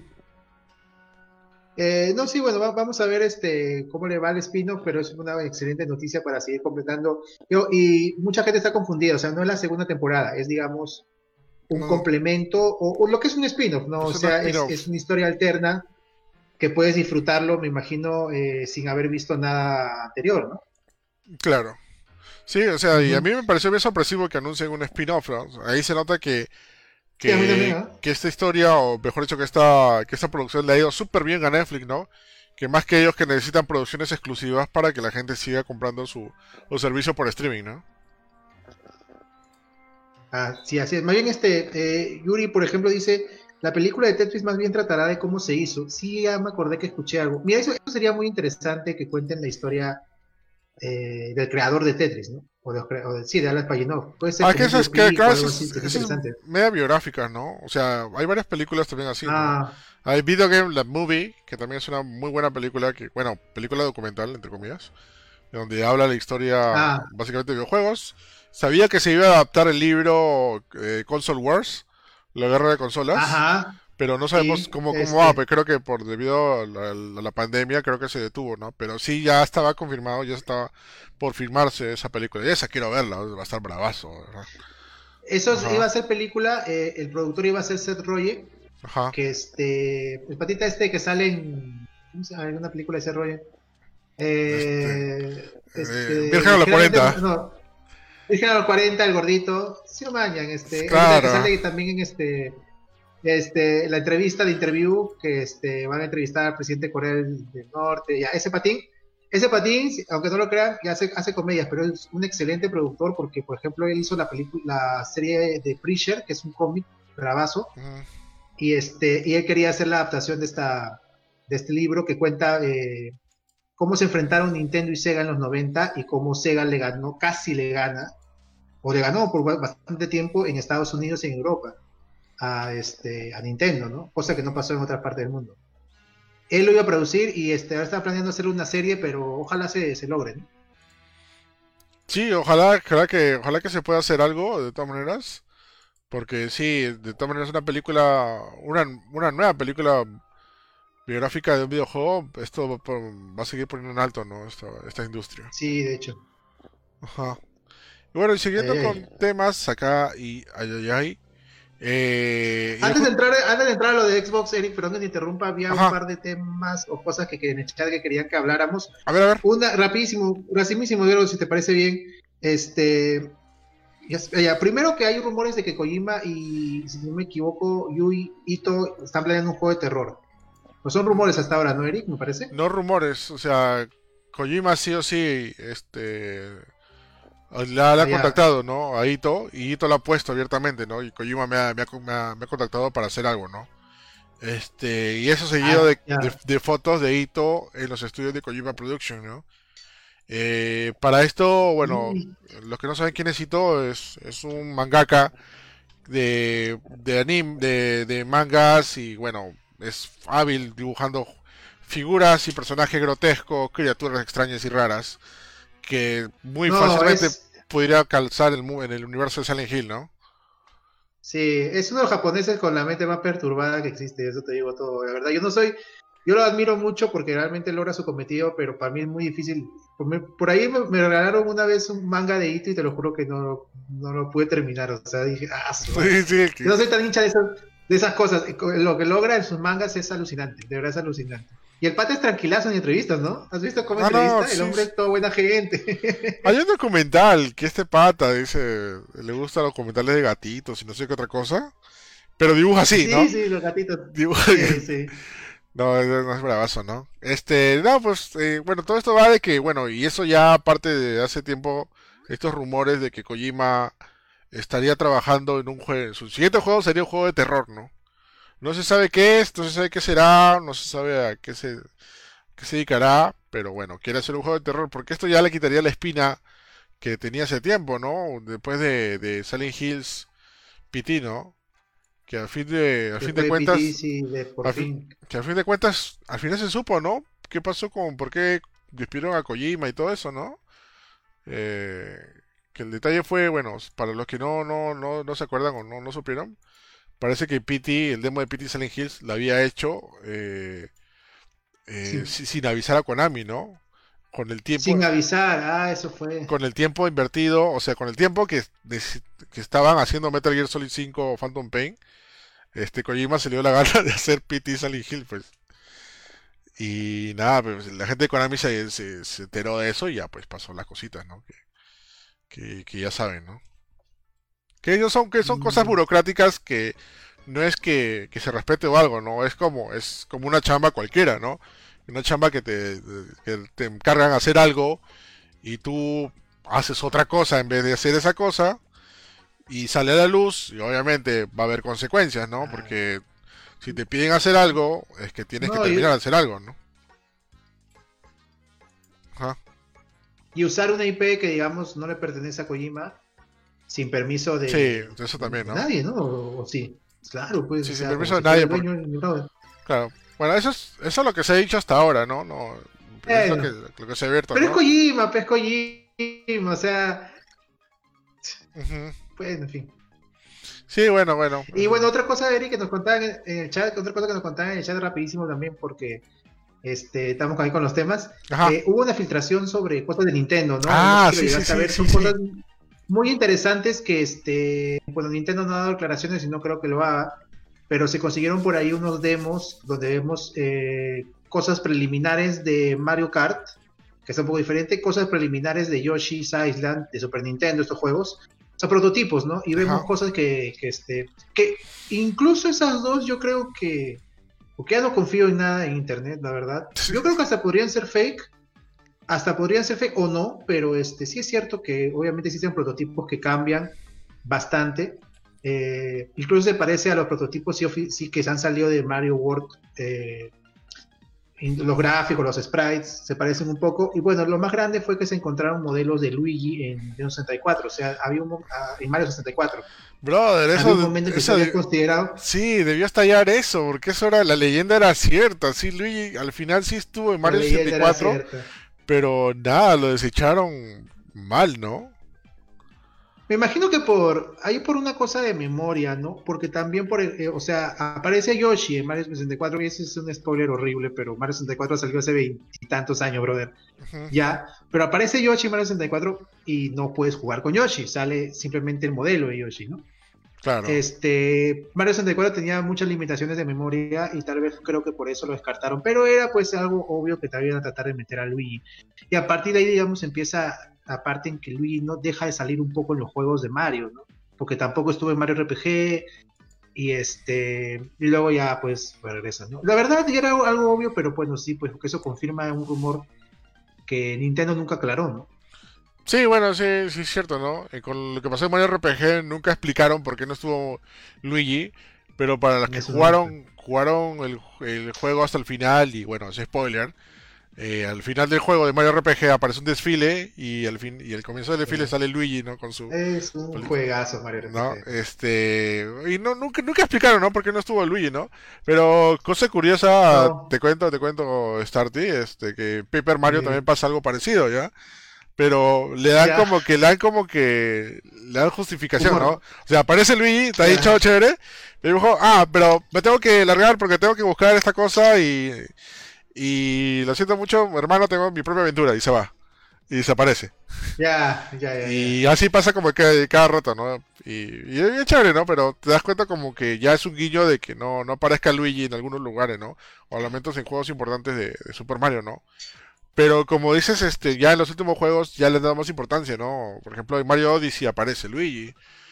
No, sí, bueno, vamos a ver cómo le va al spin-off, pero es una excelente noticia para seguir completando. Y mucha gente está confundida, o sea, no es la segunda temporada, es, digamos, un no, complemento o lo que es un spin-off, ¿no? O es un sea, es spin-off, una historia alterna que puedes disfrutarlo, me imagino, sin haber visto nada anterior, ¿no? claro. Sí, o sea, y a Ujú. mí me pareció bien sorpresivo que anuncien un spin-off, ¿no? O sea, ahí se nota Sí, a mí también, ¿ah? que esta historia, o mejor dicho, que esta producción le ha ido súper bien a Netflix, ¿no? Que más que ellos que necesitan producciones exclusivas para que la gente siga comprando su servicio por streaming, ¿no? Ah, sí, así es. Más bien, Yuri, por ejemplo, dice, la película de Tetris más bien tratará de cómo se hizo. Sí, ya me acordé que escuché algo. Mira, eso sería muy interesante que cuenten la historia del creador de Tetris, ¿no? Sí, de Alan Paginov. Puede ser Ah, que como un eso es que, biopic claro, o algo así, sería eso es interesante. media biográfica, ¿no? O sea, hay varias películas también así, ¿no? Ah, Hay Video Game The Movie, que también es una muy buena película, bueno, película documental, entre comillas, donde habla la historia ah, básicamente de videojuegos. Sabía que se iba a adaptar el libro Console Wars, la guerra de consolas, ajá, pero no sabemos sí, cómo va, pues creo que debido a la pandemia creo que se detuvo, ¿no? Pero sí ya estaba confirmado, ya estaba por firmarse esa película. Y esa quiero verla, va a estar bravazo, ¿verdad? iba Ajá, a ser película, el productor iba a ser Seth Rogen, ajá. que el patita que sale ¿cómo se llama? En una película de Seth Rogen. Este, Virgen a los Ligeramente, 40. no, Dije a los 40, el gordito, sí lo mañan, que Claro. sale también en la entrevista de interview, que van a entrevistar al presidente de Corea del Norte, ya, ese patín, aunque no lo crean, ya hace comedias, pero es un excelente productor porque, por ejemplo, él hizo la serie de Preacher, que es un cómic bravazo, Ujú. y él quería hacer la adaptación de este libro que cuenta cómo se enfrentaron Nintendo y Sega en los 90 y cómo Sega le ganó, casi le gana, o le ganó por bastante tiempo en Estados Unidos y en Europa a Nintendo, ¿no? Cosa que no pasó en otras partes del mundo. Él lo iba a producir y ahora está planeando hacer una serie, pero ojalá se logre, ¿no? Sí, ojalá que se pueda hacer algo, de todas maneras. Porque sí, de todas maneras una película, una nueva película biográfica de un videojuego, esto va a seguir poniendo en alto, ¿no? Esta industria. Sí, de hecho. Ajá. Y bueno, y Ay, siguiendo ay. con temas acá y ay, ay, ay. Y Antes de entrar a lo de Xbox, Eric, perdón que te interrumpa, había un ajá. par de temas o cosas que en el chat que querían que habláramos. A ver, a ver. Una, rapidísimo, Diego, si te parece bien. Primero que hay rumores de que Kojima y, si no me equivoco, Yui Ito están planeando un juego de terror. Pues son rumores hasta ahora, ¿no, Eric? Me parece. No rumores, o sea, Kojima sí o sí, le ha Allá. contactado, ¿no? A Ito, y Ito lo ha puesto abiertamente, ¿no? Y Kojima me ha contactado para hacer algo, ¿no? Y eso seguido Ah, ya. de fotos de Ito en los estudios de Kojima Production, ¿no? Para esto, bueno, Y, los que no saben quién es Ito, es un mangaka de mangas y, bueno, es hábil dibujando figuras y personajes grotescos, criaturas extrañas y raras, que muy no, fácilmente podría calzar en el universo de Silent Hill, ¿no? sí, es uno de los japoneses con la mente más perturbada que existe, eso te digo todo, la verdad. Yo lo admiro mucho porque realmente logra su cometido, pero para mí es muy difícil. Por ahí me regalaron una vez un manga de Ito y te lo juro que no lo pude terminar, o sea, dije, Sí, sí, yo no soy tan hincha de esas cosas, lo que logra en sus mangas es alucinante, de verdad es alucinante. Y el pata es tranquilazo en entrevistas, ¿no? ¿Has visto cómo ah, no, entrevista? El sí, hombre es todo buena hay gente. un documental que este pata dice, le gustan los documentales de gatitos y no sé qué otra cosa, pero dibuja así, Sí, ¿no? sí, los gatitos. Dibuja. Sí, sí. No, no es bravazo, ¿no? No, pues, bueno, todo esto va de que, bueno, y eso ya aparte de hace tiempo, estos rumores de que Kojima estaría trabajando en un juego, su siguiente juego sería un juego de terror, ¿no? No se sabe qué es, no se sabe qué será, no se sabe a qué se dedicará, pero bueno, quiere hacer un juego de terror, porque esto ya le quitaría la espina que tenía hace tiempo, ¿no? Después de Silent Hills PT, ¿no? Que al fin de Después de PT, cuentas, sí, de por al fin, fin. que al fin de cuentas, al final se supo, ¿no? ¿Qué pasó con, por qué despidieron a Kojima y todo eso, ¿no? Eh, que el detalle fue, bueno, para los que no se acuerdan o no supieron, parece que PT, el demo de PT Silent Hills, lo había hecho Sí. sin avisar a Konami, ¿no? Con el tiempo, Sin avisar, eso fue. con el tiempo invertido, o sea, con el tiempo que estaban haciendo Metal Gear Solid 5 o Phantom Pain, Kojima se le dio la gana de hacer PT Silent Hill, pues. Y nada, pues la gente de Konami se enteró de eso y ya pues pasó las cositas, ¿no? Que ya saben, ¿no? Que son cosas Mm, burocráticas que no es que se respete o algo, ¿no? Es como una chamba cualquiera, ¿no? Una chamba que te encargan hacer algo y tú haces otra cosa en vez de hacer esa cosa y sale a la luz y obviamente va a haber consecuencias, ¿no? ah, Porque si te piden hacer algo, es que tienes que no, terminar de hacer algo, ¿no? Ajá. y usar una IP que, digamos, no le pertenece a Kojima sin permiso Sí, eso también, de ¿no? nadie, ¿no? O sí. Claro, pues, o Sí, sin sea, como permiso de si fuera nadie, el porque, dueño de mi brother. claro. Bueno, eso es lo que se ha dicho hasta ahora, ¿no? No, es Bueno, lo que se ha abierto, pero es ¿no? Kojima, pues Kojima, o sea, Ujú. pues, en fin. Sí, bueno, bueno. Y bueno, otra cosa, Eric, que nos contaban en el chat, otra cosa que nos contaban en el chat rapidísimo también, porque estamos ahí con los temas. Ajá. Hubo una filtración sobre cosas de Nintendo, ¿no? No sé Ah, si lo sí, sí, llegaste a sí, ver, sí, son cosas sí. muy interesantes que, bueno, Nintendo no ha dado declaraciones y no creo que lo haga, pero se consiguieron por ahí unos demos donde vemos cosas preliminares de Mario Kart, que es un poco diferente, cosas preliminares de Yoshi's Island, de Super Nintendo, estos juegos, o sea, prototipos, ¿no? Y vemos Ajá. cosas que incluso esas dos yo creo porque ya no confío en nada en internet, la verdad. Yo creo que hasta podrían ser fake o no, pero sí es cierto que obviamente existen prototipos que cambian bastante. Incluso se parece a los prototipos sí que se han salido de Mario World. Los gráficos, los sprites se parecen un poco. Y bueno, lo más grande fue que se encontraron modelos de Luigi en Nintendo 64. O sea, en Mario 64. Brother, Había un momento en que se había considerado. sí, debió estallar eso, porque eso era, la leyenda era cierta, sí, Luigi al final sí estuvo en La Mario leyenda era 64, cierta. pero nada, lo desecharon mal, ¿no? Me imagino que por una cosa de memoria, ¿no? Porque también o sea, aparece Yoshi en Mario 64 y ese es un spoiler horrible, pero Mario 64 salió hace veintitantos años, brother. Ujú. Ya, pero aparece Yoshi en Mario 64 y no puedes jugar con Yoshi, sale simplemente el modelo de Yoshi, ¿no? Claro. Mario 64 tenía muchas limitaciones de memoria y tal vez creo que por eso lo descartaron, pero era pues algo obvio que te iban a tratar de meter a Luigi. Y a partir de ahí, digamos, empieza la parte en que Luigi no deja de salir un poco en los juegos de Mario, ¿no? Porque tampoco estuvo en Mario RPG y luego ya pues regresa, ¿no? La verdad era algo obvio, pero bueno, sí, pues porque eso confirma un rumor que Nintendo nunca aclaró, ¿no? Sí, bueno, sí, sí es cierto, ¿no? Con lo que pasó en Mario RPG nunca explicaron por qué no estuvo Luigi, pero para los que Eso nunca. jugaron el juego hasta el final, y bueno, es spoiler, al final del juego de Mario RPG aparece un desfile y al comienzo del desfile Sí. sale Luigi, ¿no? Con su Es un juegazo Mario ¿no? RPG. Y no, nunca explicaron, ¿no? Por qué no estuvo Luigi, ¿no? Pero cosa curiosa, No, te cuento, Starty, que Paper Mario eh, también pasa algo parecido, ¿ya? Pero ya, le dan justificación, ¿no? O humor. sea, aparece Luigi, está ahí Ya, chavo chévere, y dijo, pero me tengo que largar porque tengo que buscar esta cosa y lo siento mucho, hermano, tengo mi propia aventura, y se va, y desaparece. ya, ya, ya, ya. Y así pasa como que cada rato, ¿no? Y es bien chévere, ¿no? Pero te das cuenta como que ya es un guiño de que no aparezca Luigi en algunos lugares, ¿no? O al menos en juegos importantes de Super Mario, ¿no? Pero como dices, ya en los últimos juegos ya les damos importancia, ¿no? Por ejemplo, en Mario Odyssey aparece Luigi.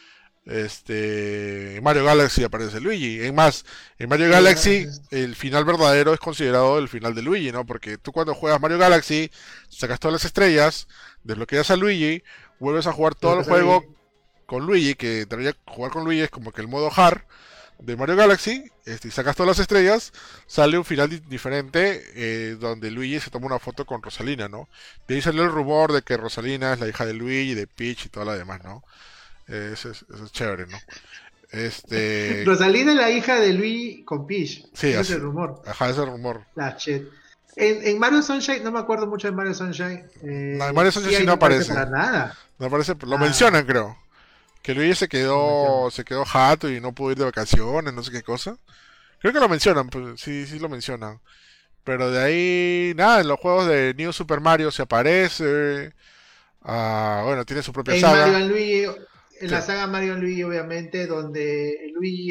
En Mario Galaxy aparece Luigi. En más, en Mario Ya, Galaxy el final verdadero es considerado el final de Luigi, ¿no? Porque tú cuando juegas Mario Galaxy, sacas todas las estrellas, desbloqueas a Luigi, vuelves a jugar lo todo que el sale juego ahí. con Luigi, que debería jugar con Luigi es como que el modo hard de Mario Galaxy, y sacas todas las estrellas, sale un final diferente donde Luigi se toma una foto con Rosalina, ¿no? De ahí salió el rumor de que Rosalina es la hija de Luigi, de Peach y toda la demás, ¿no? Eso es chévere, ¿no? Este, Rosalina es la hija de Luigi con Peach. sí, Ese es así, el rumor. ajá, ese rumor. La shit. En Mario Sunshine, no me acuerdo mucho de Mario Sunshine. No, en Mario Sí, Sánchez sí ahí no no aparece aparece, para nada. no aparece, lo Ah, mencionan creo, que Luigi lo menciono. se quedó jato y no pudo ir de vacaciones, no sé qué cosa. Creo que lo mencionan, pues, sí, sí lo mencionan. Pero de ahí, nada, en los juegos de New Super Mario se aparece. Bueno, tiene su propia En Mario saga. and Luigi, en Sí. la saga Mario and Luigi, obviamente, donde Luigi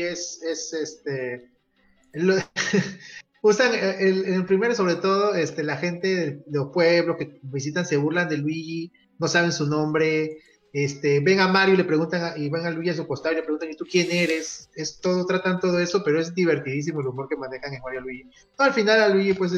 lo- usan en el primero, sobre todo, la gente de los pueblos que visitan se burlan de Luigi, no saben su nombre. Ven a Mario y le preguntan, y van a Luigi a su costado y le preguntan, ¿y tú quién eres? Tratan todo eso, pero es divertidísimo el humor que manejan en Mario y Luigi. No, al final a Luigi, pues,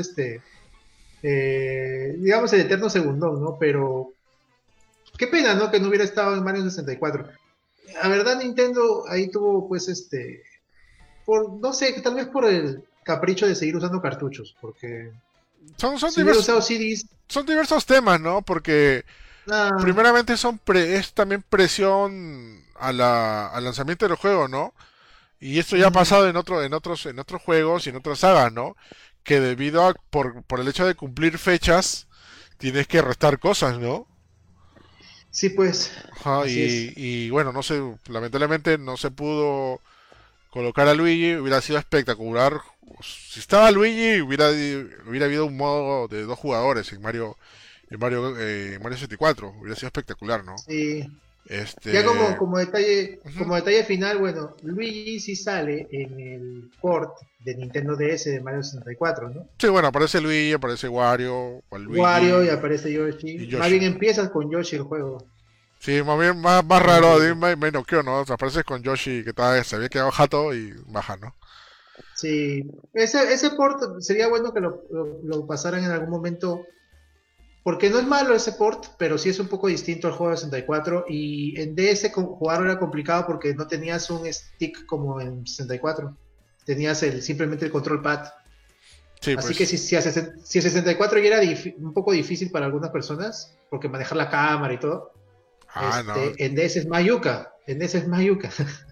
digamos, el eterno segundón, ¿no? Pero qué pena, ¿no? Que no hubiera estado en Mario 64. La verdad, Nintendo ahí tuvo, pues, no sé, tal vez por el capricho de seguir usando cartuchos, porque Son, son, si hubiera diversos, usado CDs, son diversos temas, ¿no? Porque nada. primeramente es también presión al lanzamiento del juego, ¿no? Y esto ya ha Ujú. pasado en otros juegos y en otras sagas, ¿no? Que debido por el hecho de cumplir fechas, tienes que restar cosas, ¿no? Sí, pues, Ajá, así es. y bueno, no sé, lamentablemente no se pudo colocar a Luigi, hubiera sido espectacular. Si estaba Luigi, hubiera habido un modo de 2 jugadores en Mario 64, hubiera sido espectacular, ¿no? Sí. Ya Este, ujú. como detalle final, bueno, Luigi sí sale en el port de Nintendo DS de Mario 64, ¿no? Sí, bueno, aparece Luigi, aparece Wario, o Wario y Luigi aparece Yoshi. y Más bien Yoshi. empiezas con Yoshi el juego. Sí, más bien, más Es muy raro, bonito. me noqueo, ¿no? O sea, aparece con Yoshi que se había quedado jato y baja, ¿no? Sí, ese port sería bueno que lo pasaran en algún momento, porque no es malo ese port, pero sí es un poco distinto al juego de 64 y en DS jugarlo era complicado porque no tenías un stick como en 64, tenías simplemente el control pad. Sí, Así que pues. si el 64 ya era un poco difícil para algunas personas, porque manejar la cámara y todo, Ah, no. en DS es Mayuca, en DS es Mayuca.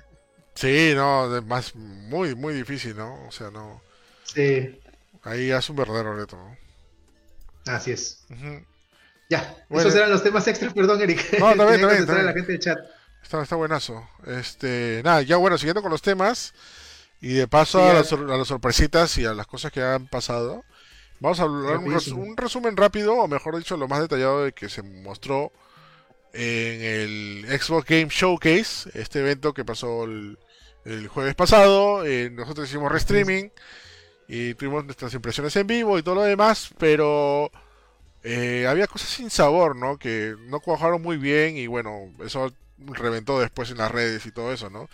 Sí, no, es más, muy, muy difícil, ¿no? O sea, no. Sí, Ahí es un verdadero reto, ¿no? así es. Ujú. Ya, esos Bueno, eran los temas extras, perdón, no, Eric. también, Tenía que también, contestar a la también. gente del chat. Está buenazo. Nada, ya bueno, siguiendo con los temas y de paso Sí, a ya, a las sorpresitas y a las cosas que han pasado, vamos a hablar rapidísimo. un resumen rápido, o mejor dicho, lo más detallado de que se mostró en el Xbox Game Showcase, este evento que pasó el jueves pasado. Nosotros hicimos Así es. restreaming y tuvimos nuestras impresiones en vivo y todo lo demás, pero había cosas sin sabor, ¿no? Que no cuajaron muy bien y bueno, eso reventó después en las redes y todo eso, ¿no?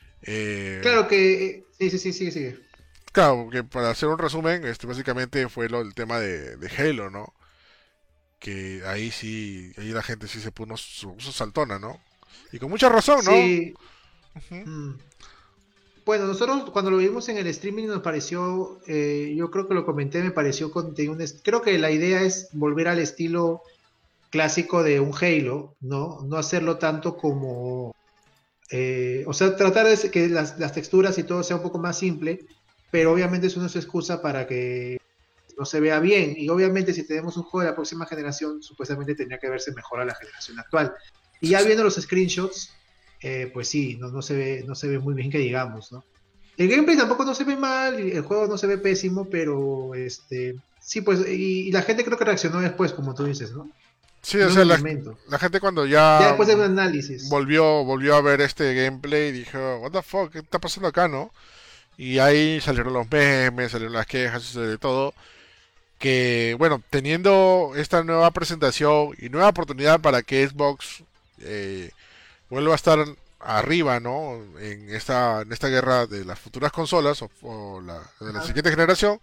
Eh, Claro que, sí, sí, sí, sigue, sigue. claro, que para hacer un resumen, básicamente fue el tema de Halo, ¿no? Que ahí sí, ahí la gente sí se puso saltona, ¿no? Y con mucha razón, ¿no? Sí, Ujú. mm. Bueno, nosotros cuando lo vimos en el streaming nos pareció, yo creo que lo comenté, me pareció creo que la idea es volver al estilo clásico de un Halo, ¿no? No hacerlo tanto como, o sea, tratar de que las texturas y todo sea un poco más simple, pero obviamente eso no es excusa para que no se vea bien. Y obviamente si tenemos un juego de la próxima generación, supuestamente tendría que verse mejor a la generación actual. Y Sí, ya sí. viendo los screenshots, pues sí, no se ve muy bien que digamos, ¿no? El gameplay tampoco no se ve mal, el juego no se ve pésimo, pero sí, pues, y la gente creo que reaccionó después, como tú dices, ¿no? Sí, o No en sea, el momento. la gente cuando Ya ya después de un análisis. volvió a ver este gameplay dijo, what the fuck, ¿qué está pasando acá, no? Y ahí salieron los memes, salieron las quejas, de todo. Que, bueno, teniendo esta nueva presentación y nueva oportunidad para que Xbox eh, vuelva a estar arriba, ¿no? En esta guerra de las futuras consolas o de la Ajá. siguiente generación,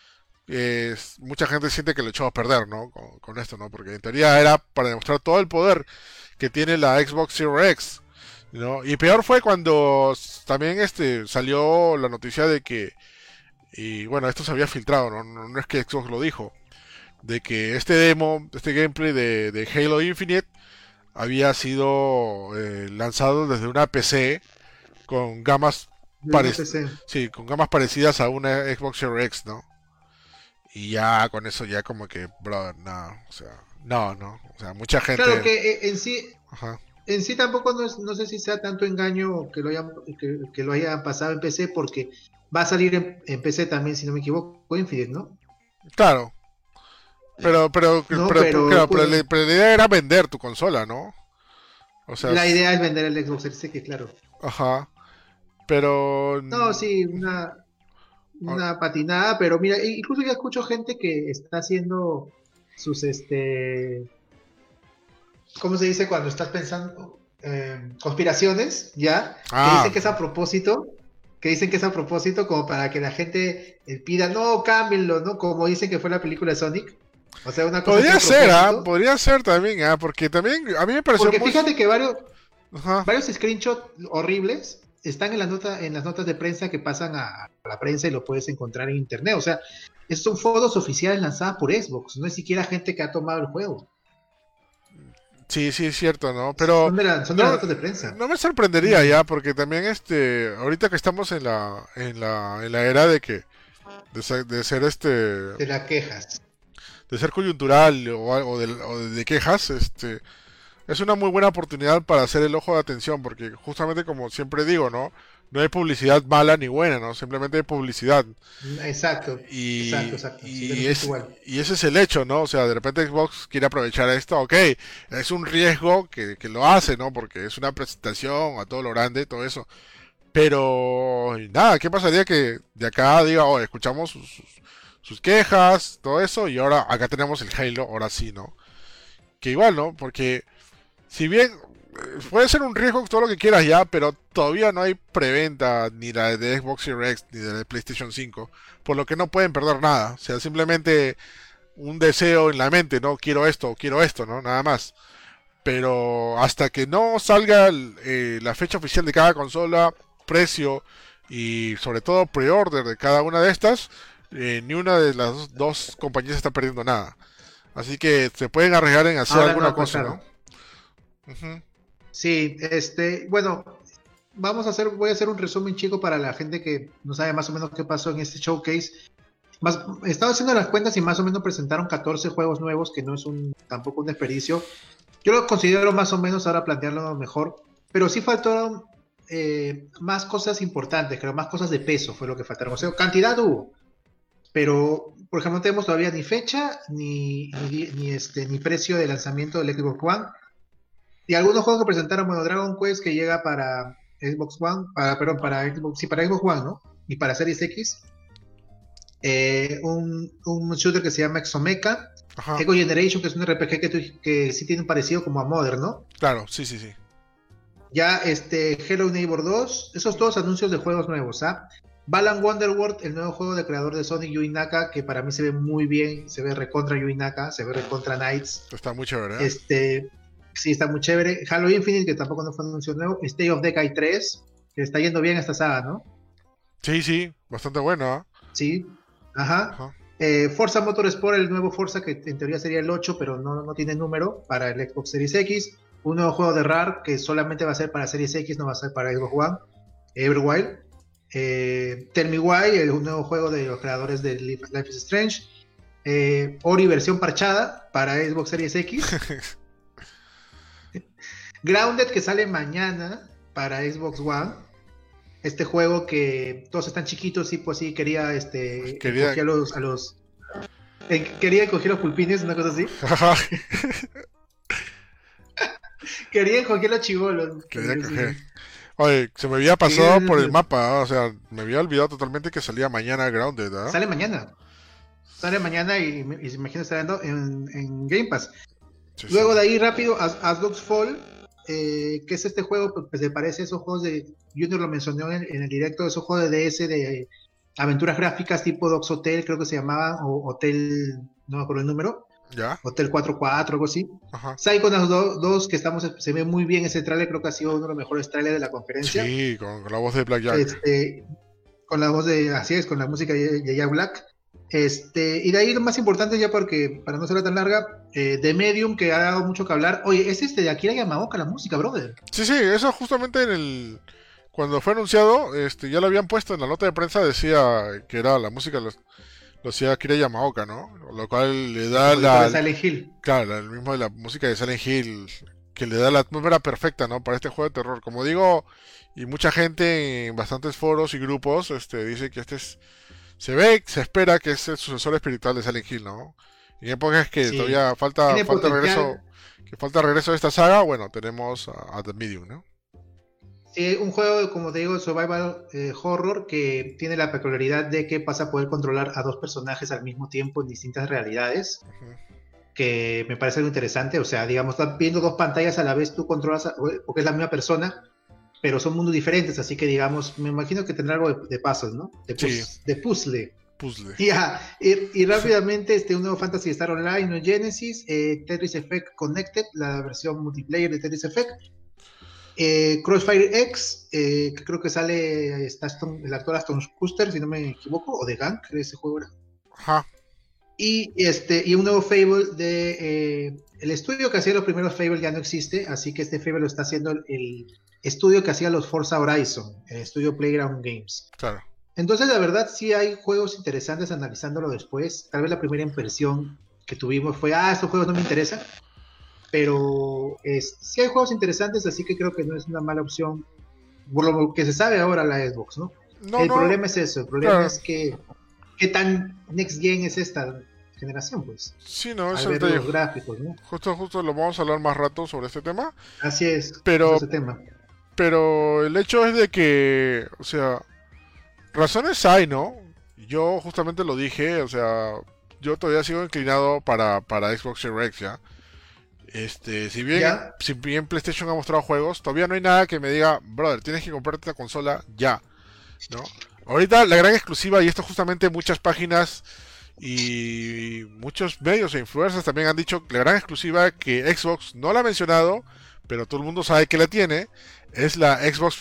mucha gente siente que lo echó a perder, ¿no? Con esto, ¿no? Porque en teoría era para demostrar todo el poder que tiene la Xbox Series X, ¿no? Y peor fue cuando también salió la noticia de que, y bueno, esto se había filtrado, ¿no? No es que Xbox lo dijo, de que este demo, este gameplay de Halo Infinite había sido lanzado desde una PC con gamas De una PC. sí, con gamas parecidas a una Xbox Series X, ¿no? Y ya con eso ya como que, brother, no, o sea, no, o sea, mucha Claro gente, que ajá, en sí tampoco no sé si sea tanto engaño que lo hayan pasado en PC, porque va a salir en PC también, si no me equivoco, Infinite, ¿no? claro, No, pero claro, pues, pero la idea era vender tu consola, ¿no? O sea, la idea es vender el Xbox Series X, claro. ajá, pero, No, sí, ah, una patinada, pero mira, incluso ya escucho gente que está haciendo sus, ¿cómo se dice cuando estás pensando? Conspiraciones, ¿ya? Que dicen que es a propósito, que dicen que es a propósito como para que la gente pida, no, cámbienlo, ¿no? Como dicen que fue la película de Sonic. O sea, una cosa así podría a ser, ¿ah? propósito. Podría ser también, ¿ah? Porque también a mí me pareció Porque muy, fíjate que ajá, varios screenshots horribles están en las notas de prensa que pasan a la prensa y lo puedes encontrar en internet. O sea, son fotos oficiales lanzadas por Xbox, no es siquiera gente que ha tomado el juego. sí, sí es cierto, ¿no? Pero Son de las no, notas de prensa. no me sorprendería Mm, ya, porque también ahorita que estamos en la era de que, de ser te la quejas. de ser coyuntural o de quejas, es una muy buena oportunidad para hacer el ojo de atención, porque justamente como siempre digo, ¿no? no hay publicidad mala ni buena, ¿no? Simplemente hay publicidad. Exacto, exacto, Y, exacto. Sí, yo lo y, pienso es, igual. y ese es el hecho, ¿no? O sea, de repente Xbox quiere aprovechar esto, ok, es un riesgo que lo hace, ¿no? Porque es una presentación a todo lo grande, todo eso. Pero nada, ¿qué pasaría que de acá diga, oh, escuchamos sus quejas, todo eso, y ahora acá tenemos el Halo, ahora sí, ¿no? Que igual, ¿no? Porque si bien puede ser un riesgo todo lo que quieras ya, pero todavía no hay preventa ni la de Xbox Series X ni de la PlayStation 5, por lo que no pueden perder nada. O sea, simplemente un deseo en la mente, ¿no? Quiero esto, ¿no? Nada más. Pero hasta que no salga la fecha oficial de cada consola, precio y sobre todo pre-order de cada una de estas, ni una de las dos compañías está perdiendo nada. Así que se pueden arriesgar en hacer Ahora alguna no, pues cosa, ¿no? claro. Ujú. Sí, bueno, voy a hacer un resumen chico para la gente que no sabe más o menos qué pasó en este showcase. Estaba haciendo las cuentas y más o menos presentaron 14 juegos nuevos, que no es tampoco un desperdicio. Yo lo considero más o menos, ahora plantearlo mejor, pero sí faltaron más cosas importantes, creo, más cosas de peso fue lo que faltaron. O sea, cantidad hubo, pero por ejemplo no tenemos todavía ni fecha ni precio de lanzamiento del Xbox One. Y algunos juegos que presentaron, bueno, Dragon Quest que llega para Xbox One, perdón, para Xbox, sí, para Xbox One, ¿no? Y para Series X. Un shooter que se llama Exomecha. Ajá, Echo Generation, que es un RPG que sí tiene un parecido como a Modern, ¿no? claro, sí, sí, sí. Ya Hello Neighbor 2, esos todos anuncios de juegos nuevos, ¿ah? Balan Wonderworld, el nuevo juego de creador de Sonic, Yuji Naka, que para mí se ve muy bien, se ve recontra Yuji Naka, se ve recontra Knights. Está muy chévere, ¿eh? Este, sí, está muy chévere. Halo Infinite, que tampoco no fue anuncio nuevo. State of Decay 3, que está yendo bien esta saga, ¿no? Sí, sí, bastante bueno, ¿ah? Sí, ajá. Ajá. Forza Motorsport, el nuevo Forza, que en teoría sería el 8, pero no tiene número para el Xbox Series X. Un nuevo juego de RAR, que solamente va a ser para Series X, no va a ser para Xbox One. Everwild. Tell Me Why, un nuevo juego de los creadores de Life is Strange. Ori versión parchada para Xbox Series X. Grounded, que sale mañana para Xbox One. Este juego que todos están chiquitos y pues sí quería Quería... encoger quería encoger los pulpines, una cosa así. Quería encoger los chibolos. Quería coger. Oye, se me había pasado por el mapa, ¿ah? O sea, me había olvidado totalmente que salía mañana Grounded, ¿ah? Sale mañana. Sale mañana y se imagina estará en Game Pass. Sí, sí. Luego de ahí rápido, As Dogs Fall, que es este juego, pues se parece a esos juegos de, Junior lo mencionó en el directo, esos juegos de DS de aventuras gráficas tipo Dogs Hotel, creo que se llamaba, o Hotel, no me acuerdo el número, ¿Ya? Hotel 44, algo así. Ajá. Psychonauts 2, que se ve muy bien ese tráiler, creo que ha sido uno de los mejores trailers de la conferencia. Sí, con la voz de Black Jack. Con la voz así es, con la música de Jack Black. Y de ahí lo más importante, ya porque para no ser tan larga, The Medium, que ha dado mucho que hablar. Oye, es de Akira Yamaoka la música, brother. Sí, sí, eso justamente cuando fue anunciado, ya lo habían puesto en la nota de prensa, decía que era la música, lo hacía Akira Yamaoka, ¿no? Lo cual le da Como de Silent Hill. claro, el mismo de la música de Silent Hill, que le da la atmósfera perfecta, ¿no? Para este juego de terror. Como digo, y mucha gente en bastantes foros y grupos, dice que se espera que es el sucesor espiritual de Silent Hill, ¿no? Y en épocas que Sí. todavía Tiene falta regreso, potencial. que falta regreso de esta saga, bueno, tenemos a The Medium, ¿no? Sí, un juego, como te digo, survival horror, que tiene la peculiaridad de que pasa a poder controlar a dos personajes al mismo tiempo en distintas realidades, Ujú. que me parece algo interesante. O sea, digamos, estás viendo dos pantallas a la vez, tú controlas, porque es la misma persona, pero son mundos diferentes, así que digamos, me imagino que tendrá algo de puzzle, ¿no? Sí, De puzzle. puzzle. Y rápidamente, un nuevo Fantasy Star Online, ¿no? Genesis, Tetris Effect Connected, la versión multiplayer de Tetris Effect, Crossfire X, que creo que sale el actor Aston Custer, si no me equivoco, o de Gank, ese juego era. Ajá. Y un nuevo Fable el estudio que hacía los primeros Fable ya no existe, así que este Fable lo está haciendo el estudio que hacía los Forza Horizon, el estudio Playground Games. Claro. Entonces, la verdad, sí hay juegos interesantes analizándolo después. Tal vez la primera impresión que tuvimos fue, estos juegos no me interesan. Pero sí hay juegos interesantes, así que creo que no es una mala opción por lo que se sabe ahora la Xbox, ¿no? No, El no, problema es eso, el problema claro. es que qué tan next gen es esta generación, pues, Sí, no, es al el ver detalle. los gráficos, ¿no? Justo lo vamos a hablar más rato sobre este tema. Así es, justo Pero, ese tema. pero el hecho es de que, o sea, razones hay, ¿no? Yo justamente lo dije, o sea, yo todavía sigo inclinado para Xbox Series X, ¿ya? ¿Ya? Si bien PlayStation ha mostrado juegos, todavía no hay nada que me diga, brother, tienes que comprarte esta consola ya, ¿no? Ahorita la gran exclusiva, y esto justamente muchas páginas y muchos medios e influencers también han dicho, la gran exclusiva que Xbox no la ha mencionado, pero todo el mundo sabe que la tiene, es la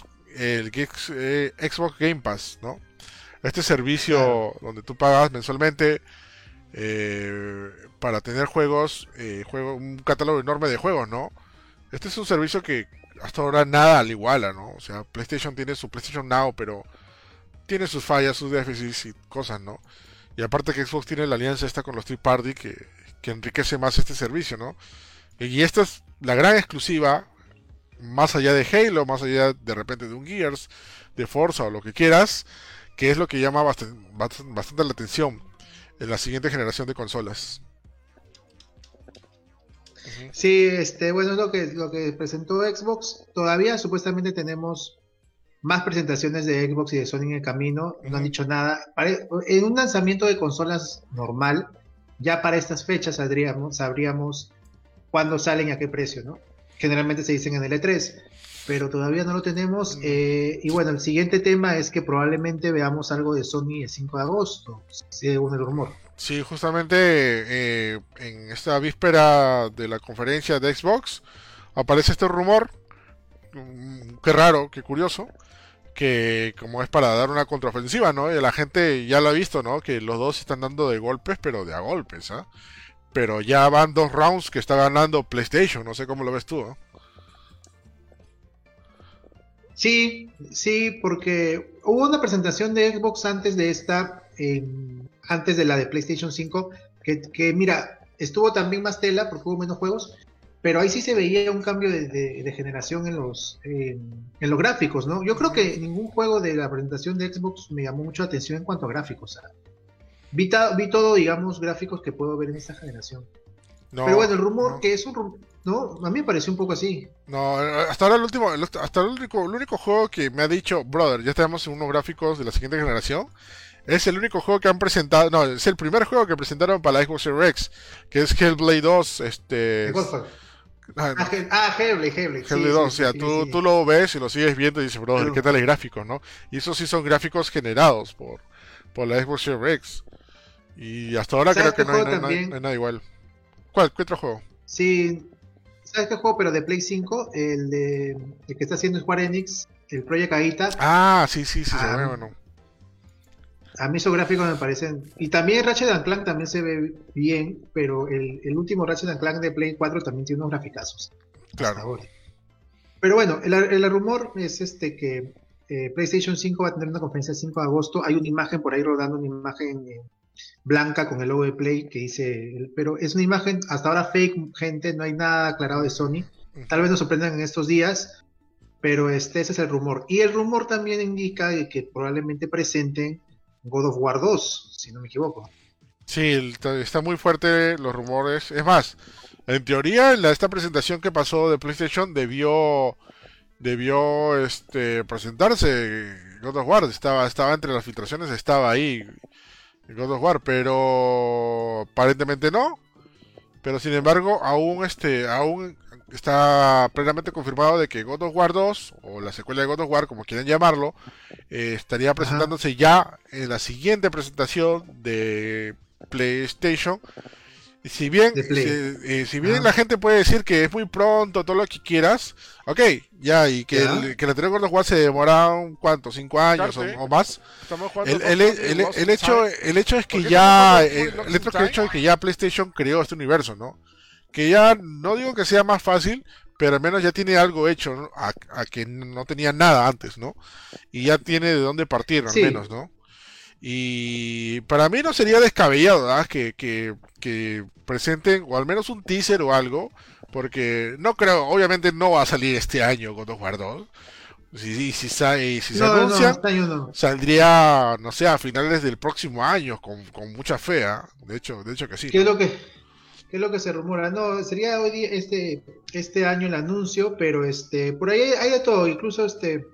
Xbox Game Pass, ¿no? Este Claro. servicio donde tú pagas mensualmente eh, para tener un catálogo enorme de juegos, ¿no? Este es un servicio que hasta ahora nada le iguala, ¿no? O sea, PlayStation tiene su PlayStation Now, pero tiene sus fallas, sus déficits y cosas, ¿no? Y aparte que Xbox tiene la alianza esta con los third party que enriquece más este servicio, ¿no? Y esta es la gran exclusiva, más allá de Halo, más allá de repente de un Gears, de Forza o lo que quieras, que es lo que llama bastante la atención en la siguiente generación de consolas. Ujú. Sí, bueno, es lo que presentó Xbox. Todavía supuestamente tenemos más presentaciones de Xbox y de Sony en el camino. No han Ujú. dicho nada. En un lanzamiento de consolas normal, ya para estas fechas sabríamos cuándo salen y a qué precio, ¿no? Generalmente se dicen en el E3, pero todavía no lo tenemos. Mm. Y bueno, el siguiente tema es que probablemente veamos algo de Sony el 5 de agosto, según el rumor. Sí, justamente en esta víspera de la conferencia de Xbox aparece este rumor, qué raro, qué curioso, que como es para dar una contraofensiva, ¿no? Y la gente ya lo ha visto, ¿no? Que los dos se están dando de golpes, pero de a golpes, ¿ah? Pero ya van 2 rounds que está ganando PlayStation, no sé cómo lo ves tú, ¿no? Sí, sí, porque hubo una presentación de Xbox antes de esta, antes de la de PlayStation 5, que mira, estuvo también más tela porque hubo menos juegos, pero ahí sí se veía un cambio de generación en los gráficos, ¿no? Yo creo Ujú. que ningún juego de la presentación de Xbox me llamó mucho la atención en cuanto a gráficos. ¿Ah? Vi todo, digamos, gráficos que puedo ver en esta generación. Pero No, bueno, el rumor, no. que es un rumor, ¿no? A mí me pareció un poco así. No, hasta ahora hasta el único juego que me ha dicho, brother, ya tenemos unos gráficos de la siguiente generación. Es el único juego que han presentado, no, es el primer juego que presentaron para la Xbox Series X, que es Hellblade 2, ¿De Godfall? no, Hellblade, Hellblade sí, sí, 2, o sí, sea, sí, tú sí. lo ves y lo sigues viendo y dices, brother, ¿qué Pero, tal el gráfico, no? Y esos sí son gráficos generados por la Xbox Series X. Y hasta ahora creo ¿sabes que qué juego también? no hay nada igual. ¿Cuál? ¿Qué otro juego? Sí, ¿sabes qué juego? Pero de Play 5, el que está haciendo Square Enix, el Project Aita, Ah, sí, sí, sí, se a, ve, bueno. a mí esos gráficos me parecen... Y también Ratchet and Clank también se ve bien, pero el último Ratchet and Clank de Play 4 también tiene unos graficazos, hasta Claro. ahora. Pero bueno, el rumor es que PlayStation 5 va a tener una conferencia el 5 de agosto. Hay una imagen por ahí rodando, una imagen blanca con el logo de Play que dice, pero es una imagen hasta ahora fake, gente, no hay nada aclarado de Sony. Tal Ujú. vez nos sorprendan en estos días, pero ese es el rumor. Y el rumor también indica de que probablemente presenten God of War 2, si no me equivoco. Sí, está muy fuerte los rumores. Es más, en teoría, esta presentación que pasó de PlayStation debió presentarse God of War. Estaba entre las filtraciones, estaba ahí God of War, pero aparentemente no. Pero sin embargo, aún está plenamente confirmado de que God of War 2, o la secuela de God of War, como quieran llamarlo, estaría Ajá, presentándose ya en la siguiente presentación de PlayStation. Y de Play. si bien la Ajá, gente puede decir que es muy pronto, todo lo que quieras, ok, ya, y ya, que el anterior God of War se demoraron, ¿cuánto? ¿5 años Carte, o más? estamos jugando dos cosas que Lost in Time. El hecho es ¿Por que qué estamos ya, jugando Lost in el Time? hecho es que ya PlayStation creó este universo, ¿no? Que ya, no digo que sea más fácil, pero al menos ya tiene algo hecho, ¿no? A que no tenía nada antes, ¿no? Y ya tiene de dónde partir, al sí, menos, ¿no? Y para mí no sería descabellado, ¿verdad? Que presenten o al menos un teaser o algo, porque no creo, obviamente no va a salir este año God of War 2, Si se No, anuncian, este año no. saldría, no sé, a finales del próximo año, con mucha fe, ¿ah? De hecho que sí, ¿Qué es ¿no? lo que, qué es lo que se rumora? No, sería hoy día, este año el anuncio, pero por ahí hay de todo, incluso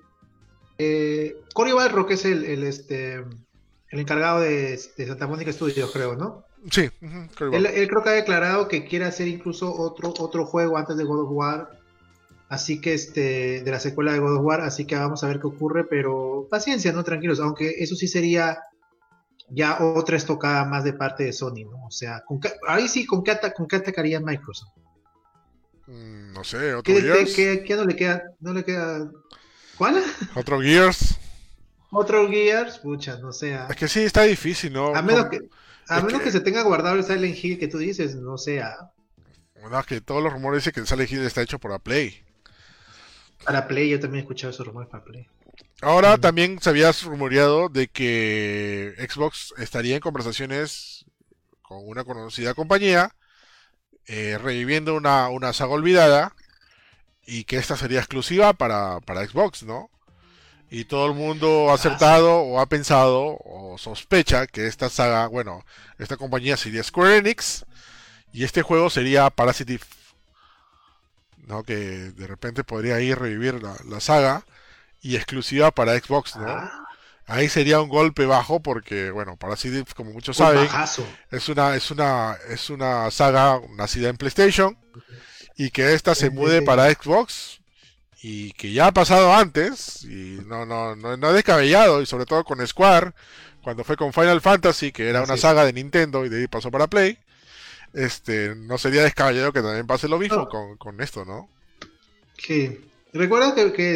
Cory Barro, que es el encargado de Santa Mónica Studios, creo, ¿no? Sí, Cory Barlog. Él creo que ha declarado que quiere hacer incluso otro juego antes de God of War, así que de la secuela de God of War, así que vamos a ver qué ocurre, pero paciencia, ¿no? Tranquilos, aunque eso sí sería ya otra estocada más de parte de Sony, ¿no? O sea, ahí sí, ¿con qué atacaría Microsoft? No sé, otro Gears. ¿Qué no le queda? ¿No le queda? ¿Cuál? Otro Gears. ¿Otro Gears? Pucha, no Es sea. que sí, está difícil, ¿no? A menos que, a Es menos que que, se tenga guardado el Silent Hill que tú dices, no sea. bueno, que todos los rumores dicen que el Silent Hill está hecho por la Play. Para Play, yo también he escuchado esos rumores para Play. Ahora también se había rumoreado de que Xbox estaría en conversaciones con una conocida compañía, reviviendo una saga olvidada y que esta sería exclusiva para Xbox, ¿no? Y todo el mundo ha Ah, sí. acertado o ha pensado o sospecha que esta saga, bueno, esta compañía sería Square Enix y este juego sería Parasitive, ¿no? Que de repente podría ir revivir la saga y exclusiva para Xbox, ¿no? Ah, Ahí sería un golpe bajo porque, bueno, Parasitive, como muchos saben, bajazo. es una saga nacida en PlayStation y que esta se En mude para PlayStation. Xbox y que ya ha pasado antes y no es descabellado y sobre todo con Square cuando fue con Final Fantasy que era una Así es. saga de Nintendo y de ahí pasó para Play, no sería descabellado que también pase lo mismo No, con esto, ¿no? sí. Recuerda que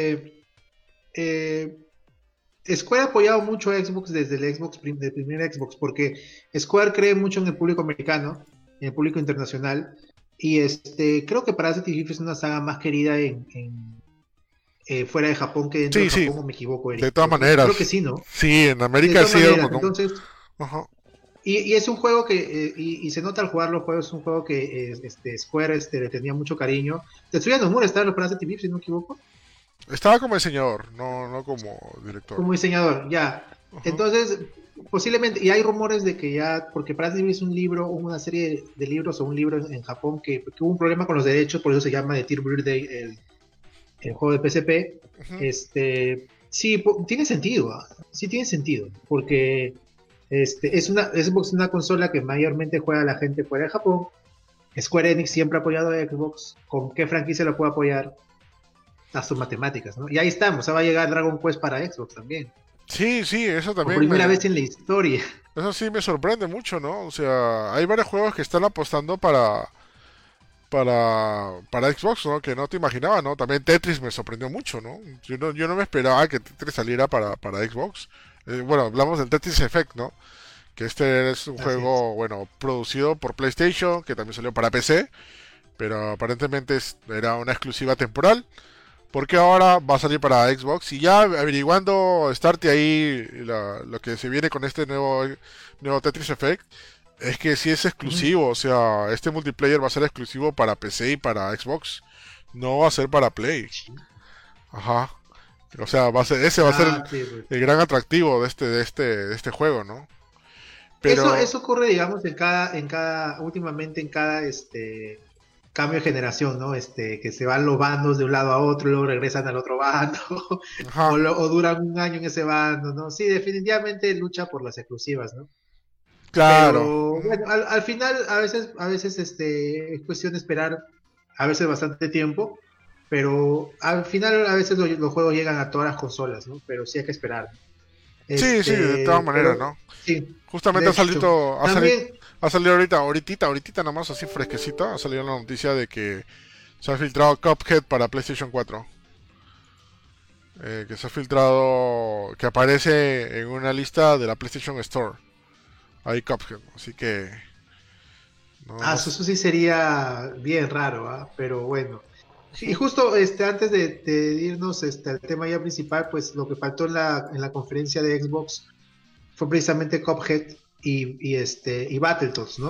eh, Square ha apoyado mucho a Xbox desde el del primer Xbox, porque Square cree mucho en el público americano, en el público internacional, y creo que Parasite Eve es una saga más querida fuera de Japón que dentro de Sí, sí, Japón, o me equivoco, de Eric. todas Creo que maneras. sí, ¿no? Sí, en De América todas sí, un maneras, montón. entonces, Ajá. y es un juego y se nota al jugar los juegos, es un juego que Square le tenía mucho cariño. Tetsuya Nomura está en los Parasite Eve, si no me equivoco. Estaba como diseñador, no como director. Como diseñador, ya. Ajá. Entonces, posiblemente, y hay rumores de que ya, porque Parasite es un libro, una serie de libros o un libro en Japón que hubo un problema con los derechos, por eso se llama The Tear Birthday, el juego de PSP. Ujú. Sí, tiene sentido, sí tiene sentido, porque Xbox es una consola que mayormente juega la gente fuera de Japón. Square Enix siempre ha apoyado a Xbox. ¿Con qué franquicia lo puede apoyar? A sus matemáticas, ¿no? Y ahí estamos, o sea, va a llegar Dragon Quest para Xbox también. Sí, sí, eso Por también primera vez en la historia. eso sí me sorprende mucho, ¿no? O sea, hay varios juegos que están apostando para Xbox, ¿no? Que no te imaginaba, ¿no? También Tetris me sorprendió mucho, ¿no? Yo no me esperaba que Tetris saliera para Xbox. Bueno, hablamos del Tetris Effect, ¿no? Que este es un Así es. juego, bueno, producido por PlayStation, que también salió para PC, pero aparentemente era una exclusiva temporal, porque ahora va a salir para Xbox. Y ya averiguando, starte ahí lo que se viene con este nuevo Tetris Effect, es que si es Ujú. exclusivo, o sea, este multiplayer va a ser exclusivo para PC y para Xbox, no va a ser para Play. Ajá. O sea, ese va a ser Ah, sí, pues. el gran atractivo de este juego, ¿no? Eso Pero, ocurre, digamos, últimamente en cada cambio de generación, ¿no? Que se van los bandos de un lado a otro, luego regresan al otro bando, ajá, o duran un año en ese bando, ¿no? Sí, definitivamente lucha por las exclusivas, ¿no? claro. Pero bueno, al final a veces es cuestión de esperar a veces bastante tiempo, pero al final a veces los juegos llegan a todas las consolas, ¿no? Pero sí hay que esperar. Sí, sí, de todas maneras, Pero ¿no? sí, Justamente de hecho, también, ha salido ahorita nada más así fresquecito, ha salido la noticia de que se ha filtrado Cuphead para PlayStation 4. Que se ha filtrado, que aparece en una lista de la PlayStation Store. Ahí Cuphead, así que no eso sí sería bien raro, ¿ah? Pero bueno. Y ujú. justo antes de irnos al tema ya principal, pues lo que faltó en la conferencia de Xbox fue precisamente Cuphead y Battletoads, ¿no?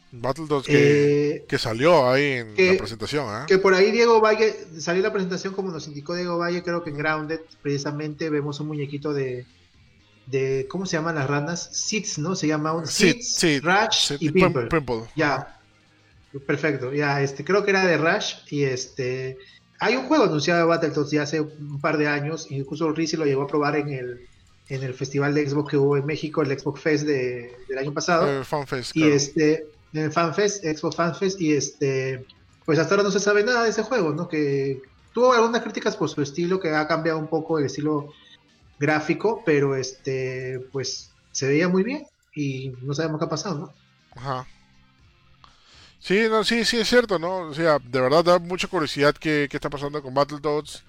Battletoads Eh, que salió ahí en que, la presentación, ¿eh? que por ahí Diego Valle, salió la presentación como nos indicó Diego Valle, creo que en Grounded precisamente vemos un muñequito de ¿cómo se llaman las ranas? Seeds, ¿no? Se llama un Seeds, Rush y Pimple. Ya, perfecto. Ya, creo que era de Rush y hay un juego anunciado de Battletoads ya hace un par de años, incluso Rizzi lo llevó a probar en el festival de Xbox que hubo en México, el Xbox Fest del año pasado. FanFest, y claro. En el FanFest, Xbox FanFest, y pues hasta ahora no se sabe nada de ese juego, ¿no? Que tuvo algunas críticas por su estilo, que ha cambiado un poco el estilo gráfico, pero pues se veía muy bien y no sabemos qué ha pasado, ¿no? Ajá. Sí, no, sí, sí es cierto, ¿no? O sea, de verdad da mucha curiosidad qué está pasando con Battletoads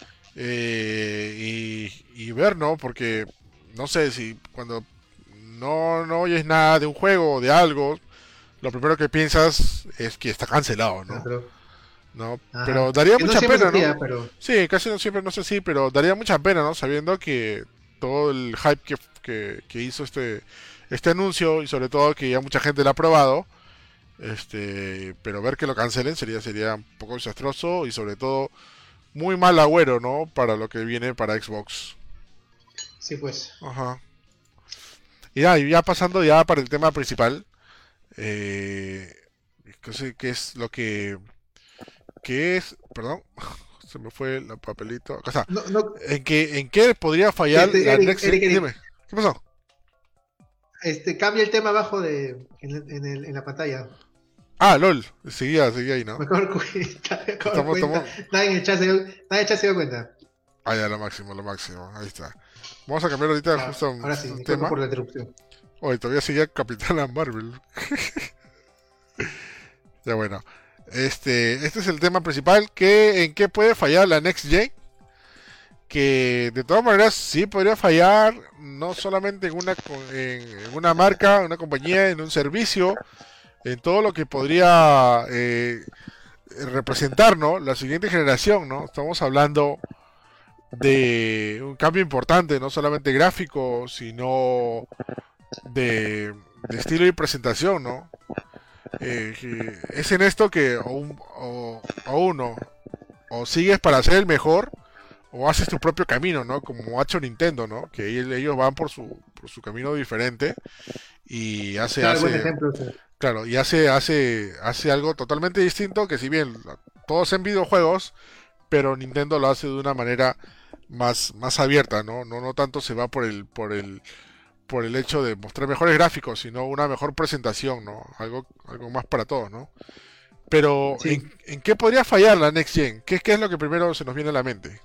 y ver, ¿no? Porque no sé si cuando no oyes nada de un juego o de algo, lo primero que piensas es que está cancelado, Ah, ¿no? pero, ¿No? Pero ajá. daría Que no mucha siempre pena, se hacía, ¿no? pero Sí, casi no siempre no sé si, pero daría mucha pena, ¿no? Sabiendo que todo el hype que hizo este anuncio y sobre todo que ya mucha gente lo ha probado, pero ver que lo cancelen sería un poco desastroso y sobre todo muy mal agüero, ¿no? Para lo que viene para Xbox. sí, pues. Ajá. Y ya pasando ya para el tema principal, eh, qué es lo que es, perdón, se me fue el papelito. Acá está. No, no, En qué podría fallar la Eric, Next Eric, Gen? Eric, Dime, ¿qué pasó? cambia el tema abajo en la pantalla. Ah, LOL, seguía ahí, Me ¿no? acabo de dar cuenta, me acabo de dar Estamos, cuenta. estamos. Nadie en el chat se dio cuenta. Ah, ya, lo máximo, ahí está. Vamos a cambiar ahorita Ya, justo ahora sí, un disculpa tema. por la interrupción. Oye, todavía seguía Capitana Marvel. Ya bueno. Este es el tema principal. ¿En qué puede fallar la Next Gen? Que de todas maneras sí podría fallar, no solamente en una marca, en una compañía, en un servicio, en todo lo que podría representar, ¿no? La siguiente generación, ¿no? Estamos hablando de un cambio importante, no solamente gráfico, sino de estilo y presentación, ¿no? Es en esto que o uno o sigues para ser el mejor o haces tu propio camino, ¿no? Como ha hecho Nintendo, ¿no? Que ellos van por su camino diferente y Claro, buen ejemplo. Sí. claro, y hace algo totalmente distinto que si bien todos en videojuegos, pero Nintendo lo hace de una manera más abierta, ¿no? No tanto se va por el hecho de mostrar mejores gráficos, sino una mejor presentación, ¿no? Algo más para todos, ¿no? Pero, Sí. ¿en qué podría fallar la Next Gen? ¿Qué es lo que primero se nos viene a la mente?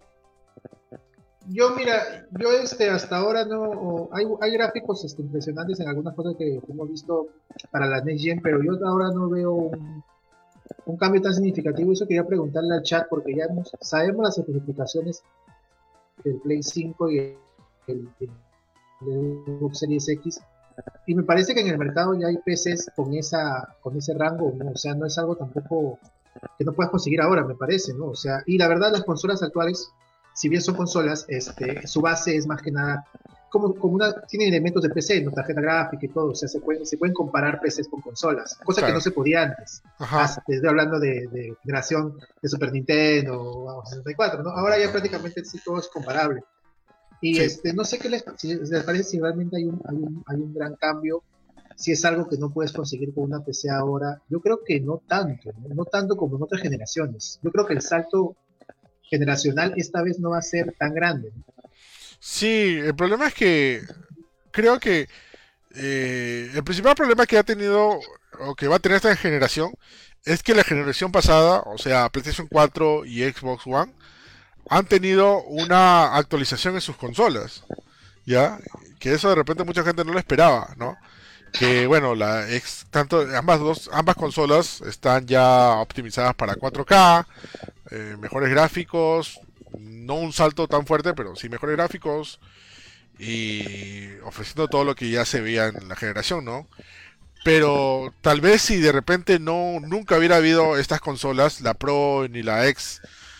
Mira, yo hasta ahora no, hay gráficos impresionantes en algunas cosas que hemos visto para la Next Gen, pero yo hasta ahora no veo un cambio tan significativo. Eso quería preguntarle al chat porque ya sabemos las especificaciones del Play 5 y el Xbox Series X, y me parece que en el mercado ya hay PCs con ese rango, ¿no? O sea, no es algo tampoco que no puedas conseguir ahora, me parece, ¿no? O sea, y la verdad las consolas actuales, si bien son consolas, su base es más que nada tienen elementos de PC, ¿no? Tarjeta gráfica y todo, o sea, se pueden comparar PCs con consolas, cosa Claro. que no se podía antes. Ajá. Estoy hablando de generación de Super Nintendo o 64, ¿no? Ahora ya prácticamente sí todo es comparable. Y Sí. no sé qué les parece, si realmente hay un gran cambio, si es algo que no puedes conseguir con una PC ahora. Yo creo que no tanto, ¿no? No tanto como en otras generaciones. Yo creo que el salto generacional esta vez no va a ser tan grande, ¿no? Sí, el problema es que creo que el principal problema que ha tenido o que va a tener esta generación es que la generación pasada, o sea, PlayStation 4 y Xbox One, han tenido una actualización en sus consolas, ¿ya? Que eso de repente mucha gente no lo esperaba, ¿no? Que bueno, ambas consolas están ya optimizadas para 4K, mejores gráficos, no un salto tan fuerte, pero sí mejores gráficos y ofreciendo todo lo que ya se veía en la generación, ¿no? Pero tal vez si de repente nunca hubiera habido estas consolas, la Pro ni la X,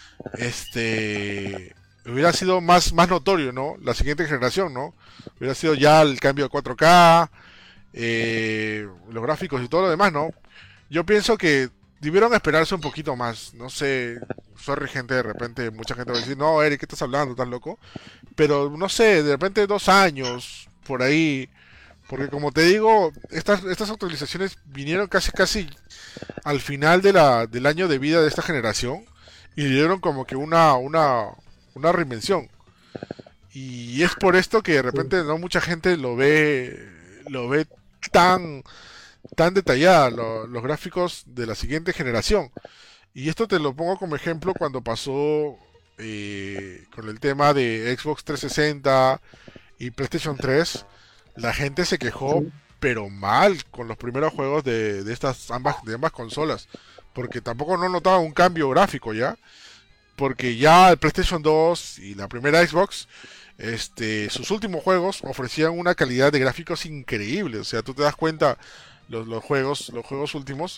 hubiera sido más notorio, ¿no? La siguiente generación, ¿no? Hubiera sido ya el cambio a 4K los gráficos y todo lo demás, ¿no? Yo pienso que debieron esperarse un poquito más. No sé, sorry gente, de repente mucha gente va a decir, no, Eric, ¿qué estás hablando? ¿Estás loco? Pero no sé, de repente 2 años, por ahí. Porque como te digo, estas actualizaciones vinieron casi al final del año de vida de esta generación y dieron como que una reinvención. Y es por esto que de Sí, repente no mucha gente lo ve tan, tan detallada, los gráficos de la siguiente generación. Y esto te lo pongo como ejemplo cuando pasó con el tema de Xbox 360 y PlayStation 3. La gente se quejó, sí, pero mal, con los primeros juegos de ambas consolas. Porque tampoco no notaba un cambio gráfico ya. Porque ya el PlayStation 2 y la primera Xbox, sus últimos juegos ofrecían una calidad de gráficos increíble. O sea, tú te das cuenta, los juegos últimos,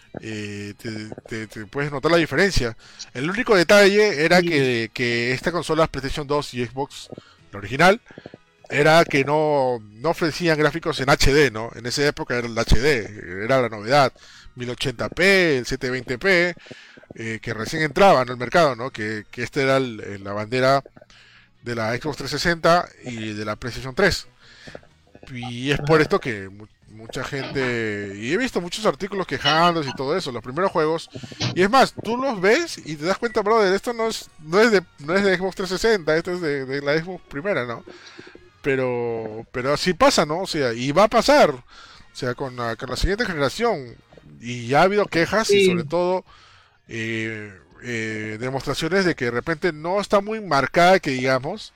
te puedes notar la diferencia. El único detalle era sí, que esta consola PlayStation 2 y Xbox, la original, era que no ofrecían gráficos en HD, ¿no? En esa época era el HD, era la novedad. 1080p, el 720p, que recién entraba en el mercado, ¿no? Que esta era la bandera de la Xbox 360 y de la PlayStation 3. Y es por ajá, esto que mucha gente, y he visto muchos artículos quejándose y todo eso, los primeros juegos, y es más, tú los ves y te das cuenta, brother, esto no es de Xbox 360, esto es de la Xbox primera, ¿no? Pero así pasa, ¿no? O sea, y va a pasar, o sea, con la siguiente generación, y ya ha habido quejas y sobre sí. todo demostraciones de que de repente no está muy marcada, que digamos,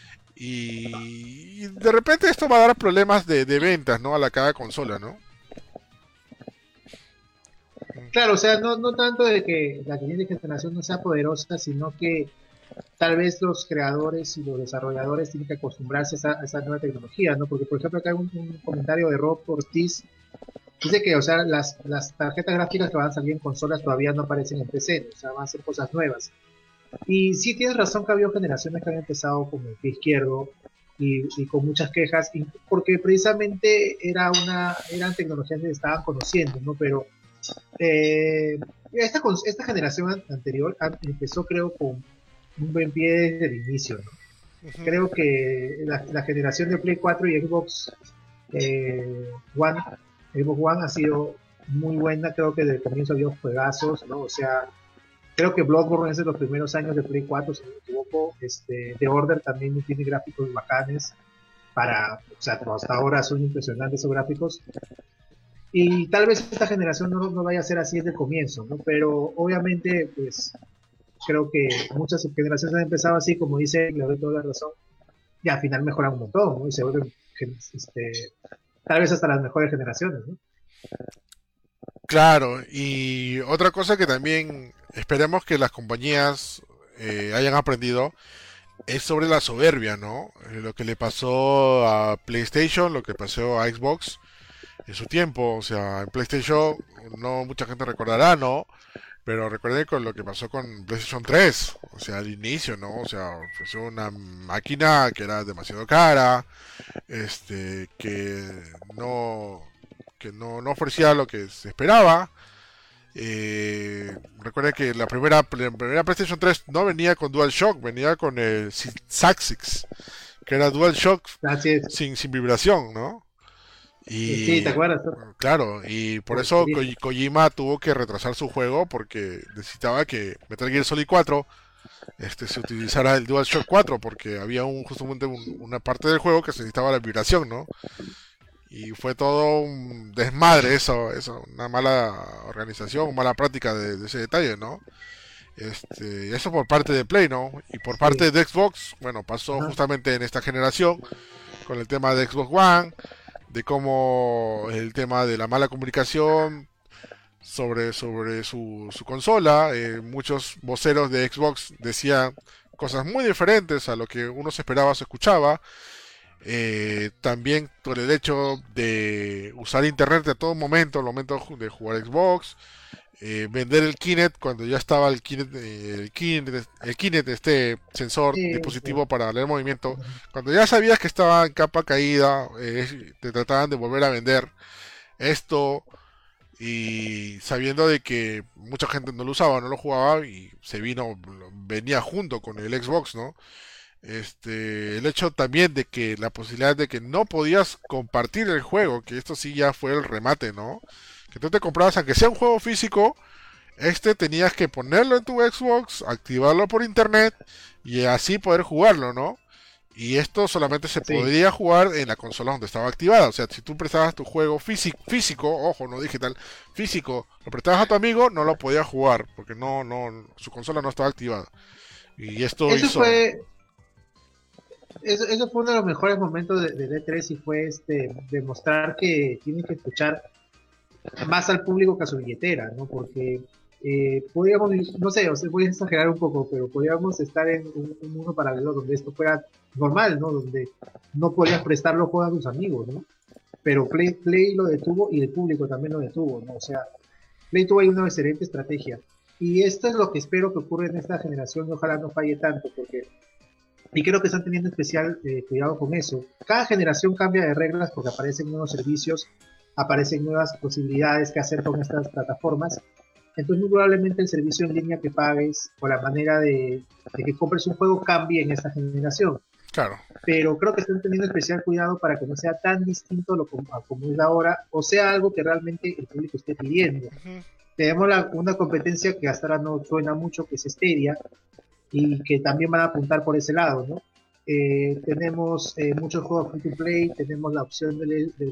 y de repente esto va a dar problemas de ventas, ¿no? A cada consola, ¿no? Claro, o sea, no tanto de que la siguiente generación no sea poderosa, sino que tal vez los creadores y los desarrolladores tienen que acostumbrarse a esa nueva tecnología, ¿no? Porque, por ejemplo, acá hay un comentario de Rob Ortiz. Dice que, o sea, las tarjetas gráficas que van a salir en consolas todavía no aparecen en PC, o sea, van a ser cosas nuevas. Y sí tienes razón que ha habido generaciones que han empezado como el pie izquierdo y con muchas quejas, porque precisamente eran tecnologías que se estaban conociendo, ¿no? Pero esta generación anterior empezó, creo, con un buen pie desde el inicio, ¿no? Ujú. Creo que la generación de Play 4 y One, Xbox One ha sido muy buena, creo que desde el comienzo había juegazos, ¿no? O sea, creo que Bloodborne es de los primeros años de Play 4, si no me equivoco. The Order también tiene gráficos bacanes o sea, hasta ahora son impresionantes esos gráficos. Y tal vez esta generación no vaya a ser así desde el comienzo, ¿no? Pero obviamente, pues, creo que muchas generaciones han empezado así, como dice, le doy toda la razón, y al final mejoran un montón, ¿no? Y se vuelven, tal vez hasta las mejores generaciones, ¿no? Claro, y otra cosa que también esperemos que las compañías hayan aprendido es sobre la soberbia, ¿no? Lo que le pasó a PlayStation, lo que pasó a Xbox en su tiempo, o sea, en PlayStation no mucha gente recordará, ¿no? Pero recuerden con lo que pasó con PlayStation 3, o sea, al inicio, ¿no? O sea, fue una máquina que era demasiado cara, que no no ofrecía lo que se esperaba. Recuerden que la primera PlayStation 3 no venía con DualShock, venía con el Saxix, que era DualShock Así es. sin vibración, ¿no? Sí, ¿te Y acuerdas? claro, y por Por eso listo. Kojima tuvo que retrasar su juego porque necesitaba que Metal Gear Solid 4 se utilizara el DualShock 4 porque había justamente una parte del juego que se necesitaba la vibración, ¿no? Y fue todo un desmadre eso, una mala organización, mala práctica de ese detalle, ¿no? Eso por parte de Play, ¿no? Y por Sí. parte de Xbox, bueno, pasó Ajá. justamente en esta generación con el tema de Xbox One, de cómo el tema de la mala comunicación sobre su consola. Muchos voceros de Xbox decían cosas muy diferentes a lo que uno se esperaba o se escuchaba. También por el hecho de usar internet a todo momento, al momento de jugar Xbox. vender el Kinect cuando ya estaba el Kinect, este sensor Sí, dispositivo para leer movimiento, cuando ya sabías que estaba en capa caída, te trataban de volver a vender esto y sabiendo de que mucha gente no lo usaba, no lo jugaba y venía junto con el Xbox, ¿no? El hecho también de que la posibilidad de que no podías compartir el juego, que esto sí ya fue el remate, ¿no? Que tú te comprabas, aunque sea un juego físico, tenías que ponerlo en tu Xbox, activarlo por internet y así poder jugarlo, ¿no? Y esto solamente se sí. podría jugar en la consola donde estaba activada. O sea, si tú prestabas tu juego físico, ojo, no digital, físico, lo prestabas a tu amigo, no lo podía jugar porque su consola no estaba activada. Y esto Eso hizo, fue, eso fue uno de los mejores momentos de D3 y fue demostrar que tienen que escuchar más al público que a su billetera, ¿no? Porque podríamos, no sé, o sea, voy a exagerar un poco, pero podríamos estar en un mundo paralelo donde esto fuera normal, ¿no? Donde no podías prestar los juegos a tus amigos, ¿no? Pero Play lo detuvo y el público también lo detuvo, ¿no? O sea, Play tuvo ahí una excelente estrategia. Y esto es lo que espero que ocurra en esta generación y ojalá no falle tanto, porque y creo que están teniendo especial cuidado con eso. Cada generación cambia de reglas porque aparecen nuevos servicios, aparecen nuevas posibilidades que hacer con estas plataformas. Entonces, muy probablemente el servicio en línea que pagues o la manera de que compres un juego cambie en esta generación. claro. Pero creo que están teniendo especial cuidado para que no sea tan distinto a como es ahora o sea algo que realmente el público esté pidiendo. Ujú. Tenemos una competencia que hasta ahora no suena mucho, que es Stadia, y que también van a apuntar por ese lado, ¿no? Tenemos muchos juegos free to play, tenemos la opción del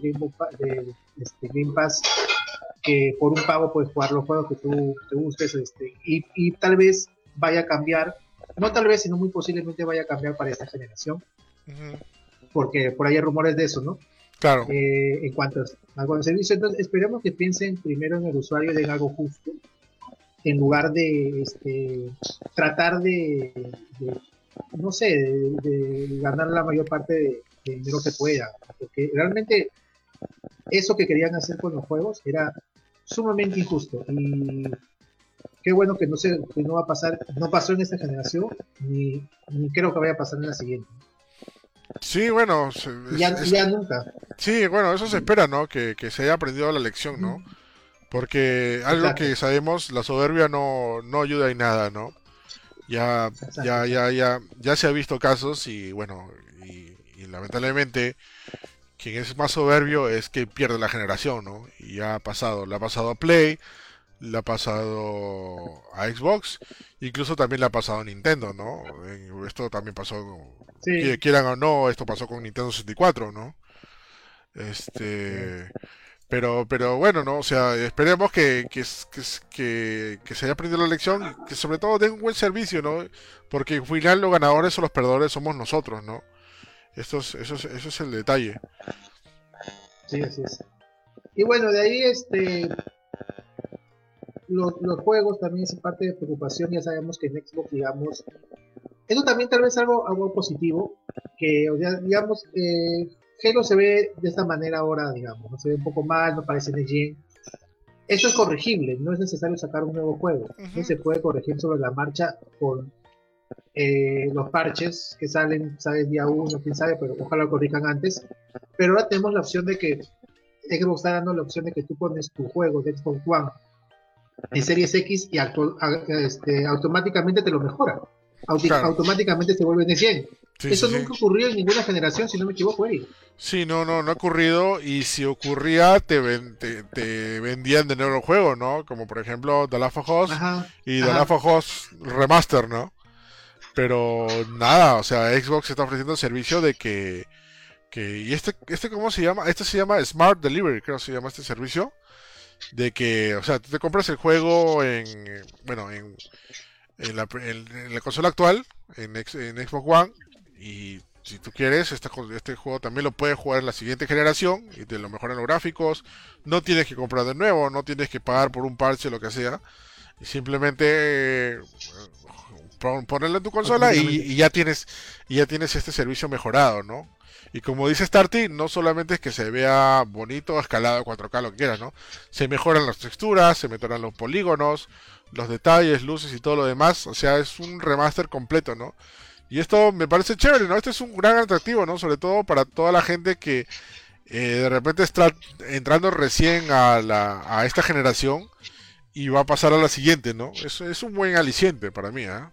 Game Pass, que por un pago puedes jugar los juegos que tú te gustes, y tal vez vaya a cambiar, no tal vez, sino muy posiblemente vaya a cambiar para esta generación, Ujú. porque por ahí hay rumores de eso, ¿no? Claro. En cuanto al servicio, entonces esperemos que piensen primero en el usuario y den algo justo, en lugar de tratar de, no sé, de ganar la mayor parte de dinero que pueda, porque realmente eso que querían hacer con los juegos era sumamente injusto y qué bueno que que no va a pasar, no pasó en esta generación ni creo que vaya a pasar en la siguiente. Sí, bueno, Ya nunca. sí, bueno, eso se espera, ¿no? Que se haya aprendido la lección, ¿no? Porque algo Exacto, que sabemos, la soberbia no ayuda en nada, ¿no? exacto, exacto. Ya se ha visto casos y bueno, y lamentablemente quien es más soberbio es que pierde la generación, ¿no? Y ya ha pasado, le ha pasado a Play, le ha pasado a Xbox, incluso también le ha pasado a Nintendo, ¿no? Esto también pasó, Sí, quieran o no, esto pasó con Nintendo 64, ¿no? sí, Pero bueno, ¿no? O sea, esperemos que se haya aprendido la lección y que sobre todo den un buen servicio, ¿no? Porque al final los ganadores o los perdedores somos nosotros, ¿no? Eso es el detalle. sí, así es. Y bueno, de ahí los juegos también es parte de preocupación, ya sabemos que en Xbox, digamos, eso también tal vez algo positivo, que, o sea, digamos, Halo se ve de esta manera ahora, digamos, no se ve un poco mal, no parece Negen. Eso es corregible, no es necesario sacar un nuevo juego, no Ujú. se puede corregir sobre la marcha con los parches que salen día uno, quién sabe, pero ojalá lo corrijan antes. Pero ahora tenemos la opción de que Xbox está dando la opción de que tú pones tu juego de Xbox One en Series X y automáticamente te lo mejora. Claro, Automáticamente se vuelve de 100. sí, sí, Eso sí. nunca ocurrió en ninguna generación, si no me equivoco, Eric. Sí, no ha ocurrido y si ocurría te vendían de nuevo el juego, ¿no? Como por ejemplo The Last of Us Ajá, y The Last ajá. of Us Remaster, ¿no? Pero nada, o sea, Xbox está ofreciendo el servicio de y ¿cómo se llama? Este se llama Smart Delivery, creo que se llama este servicio, de que, o sea, tú te compras el juego bueno, en la consola actual, en Xbox One, y si tú quieres, este juego también lo puedes jugar en la siguiente generación y te lo mejoran los gráficos, no tienes que comprar de nuevo, no tienes que pagar por un parche o lo que sea, y simplemente ponerlo en tu consola y ya tienes este servicio mejorado, ¿no? Y como dice Starty, no solamente es que se vea bonito, escalado 4K, lo que quieras, ¿no? Se mejoran las texturas, se mejoran los polígonos, los detalles, luces y todo lo demás. O sea, es un remaster completo, ¿no? Y esto me parece chévere, ¿no? Este es un gran atractivo, ¿no? Sobre todo para toda la gente que de repente está entrando recién a esta generación y va a pasar a la siguiente, ¿no? Es un buen aliciente para mí, ¿eh?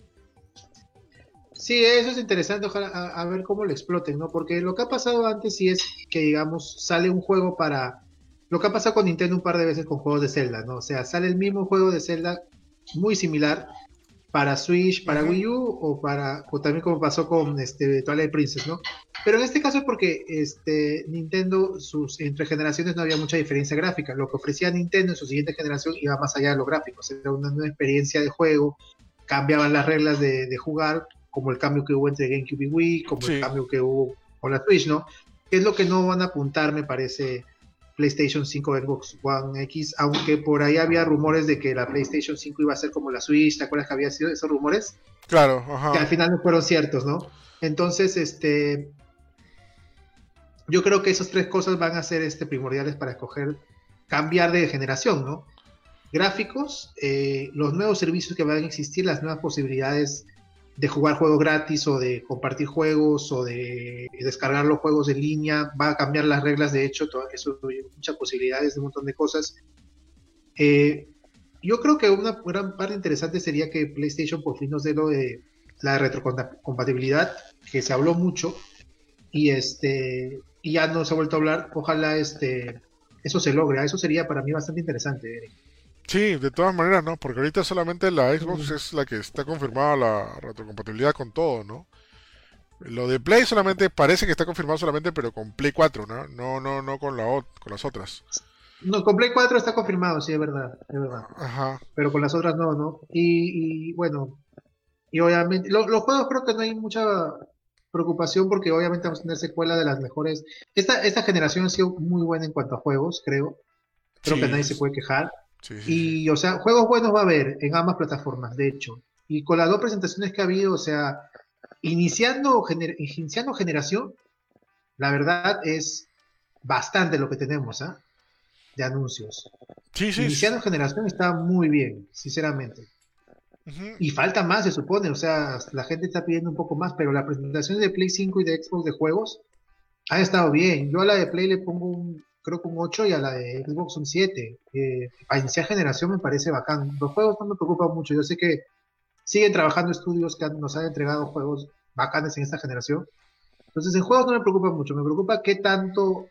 Sí, eso es interesante, ojalá a ver cómo lo exploten, ¿no? Porque lo que ha pasado antes sí es que, digamos, sale un juego para... Lo que ha pasado con Nintendo un par de veces con juegos de Zelda, ¿no? O sea, sale el mismo juego de Zelda muy similar para Switch, para Wii U o también como pasó con Twilight Princess, ¿no? Pero en este caso es porque Nintendo, entre generaciones no había mucha diferencia gráfica. Lo que ofrecía Nintendo en su siguiente generación iba más allá de los gráficos, era una nueva experiencia de juego, cambiaban las reglas de jugar, como el cambio que hubo entre GameCube y Wii, como el cambio que hubo con la Switch, ¿no? Que es lo que no van a apuntar, me parece, PlayStation 5 o Xbox One X, aunque por ahí había rumores de que la PlayStation 5 iba a ser como la Switch, ¿te acuerdas que había sido esos rumores? Claro, ajá. Que al final no fueron ciertos, ¿no? Entonces, yo creo que esas tres cosas van a ser primordiales para escoger, cambiar de generación, ¿no? Gráficos, los nuevos servicios que van a existir, las nuevas posibilidades de jugar juegos gratis o de compartir juegos o de descargar los juegos en línea, va a cambiar las reglas, de hecho, todo eso, muchas posibilidades de un montón de cosas. Yo creo que una gran parte interesante sería que PlayStation por fin nos dé lo de la retrocompatibilidad, que se habló mucho y ya no se ha vuelto a hablar. Ojalá eso se logre. Eso sería para mí bastante interesante, Eric. Sí, de todas maneras, ¿no? Porque ahorita solamente la Xbox es la que está confirmada la retrocompatibilidad con todo, ¿no? Lo de Play solamente parece que está confirmado solamente, pero con Play 4, ¿no? No con con las otras. No, con Play 4 está confirmado, sí, es verdad, es verdad. Ajá. Pero con las otras no, ¿no? Y bueno, y obviamente, los juegos creo que no hay mucha preocupación porque obviamente vamos a tener secuela de las mejores. Esta generación ha sido muy buena en cuanto a juegos, creo. Creo que nadie se puede quejar. Y, o sea, juegos buenos va a haber en ambas plataformas, de hecho. Y con las dos presentaciones que ha habido, o sea, iniciando generación, la verdad es bastante lo que tenemos, ¿ah? De anuncios. Iniciando generación está muy bien, sinceramente. Y falta más, se supone, o sea, la gente está pidiendo un poco más, pero las presentaciones de Play 5 y de Xbox de juegos han estado bien. Yo a la de Play le pongo creo que un 8 y a la de Xbox un 7. Para iniciar generación me parece bacán. Los juegos no me preocupan mucho. Yo sé que siguen trabajando estudios que nos han entregado juegos bacanes en esta generación. Entonces en juegos no me preocupa mucho. Me preocupa qué tanto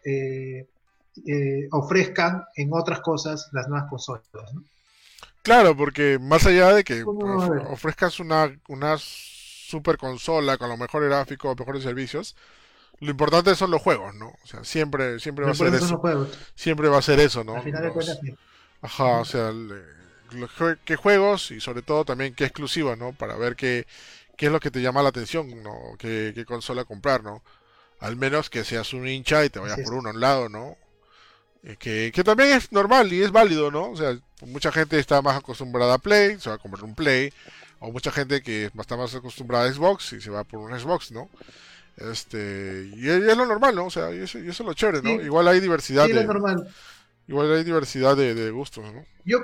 ofrezcan en otras cosas las nuevas consolas, ¿no? Claro, porque más allá de que ofrezcas una super consola con los mejores gráficos, mejores servicios, lo importante son los juegos, ¿no? O sea, siempre va a ser eso. Siempre va a ser eso, ¿no? Al final de cuentas, sí. Ajá, o sea, qué juegos y sobre todo también qué exclusivos, ¿no? Para ver qué es lo que te llama la atención, ¿no? Qué consola comprar, ¿no? Al menos que seas un hincha y te vayas por uno a un lado, ¿no? Que también es normal y es válido, ¿no? O sea, mucha gente está más acostumbrada a Play, se va a comprar un Play, o mucha gente que está más acostumbrada a Xbox y se va por un Xbox, ¿no? Y es lo normal, ¿no? O sea, y eso es lo chévere, ¿no? Sí. Igual hay diversidad Sí, lo normal. Igual hay diversidad de gustos, ¿no?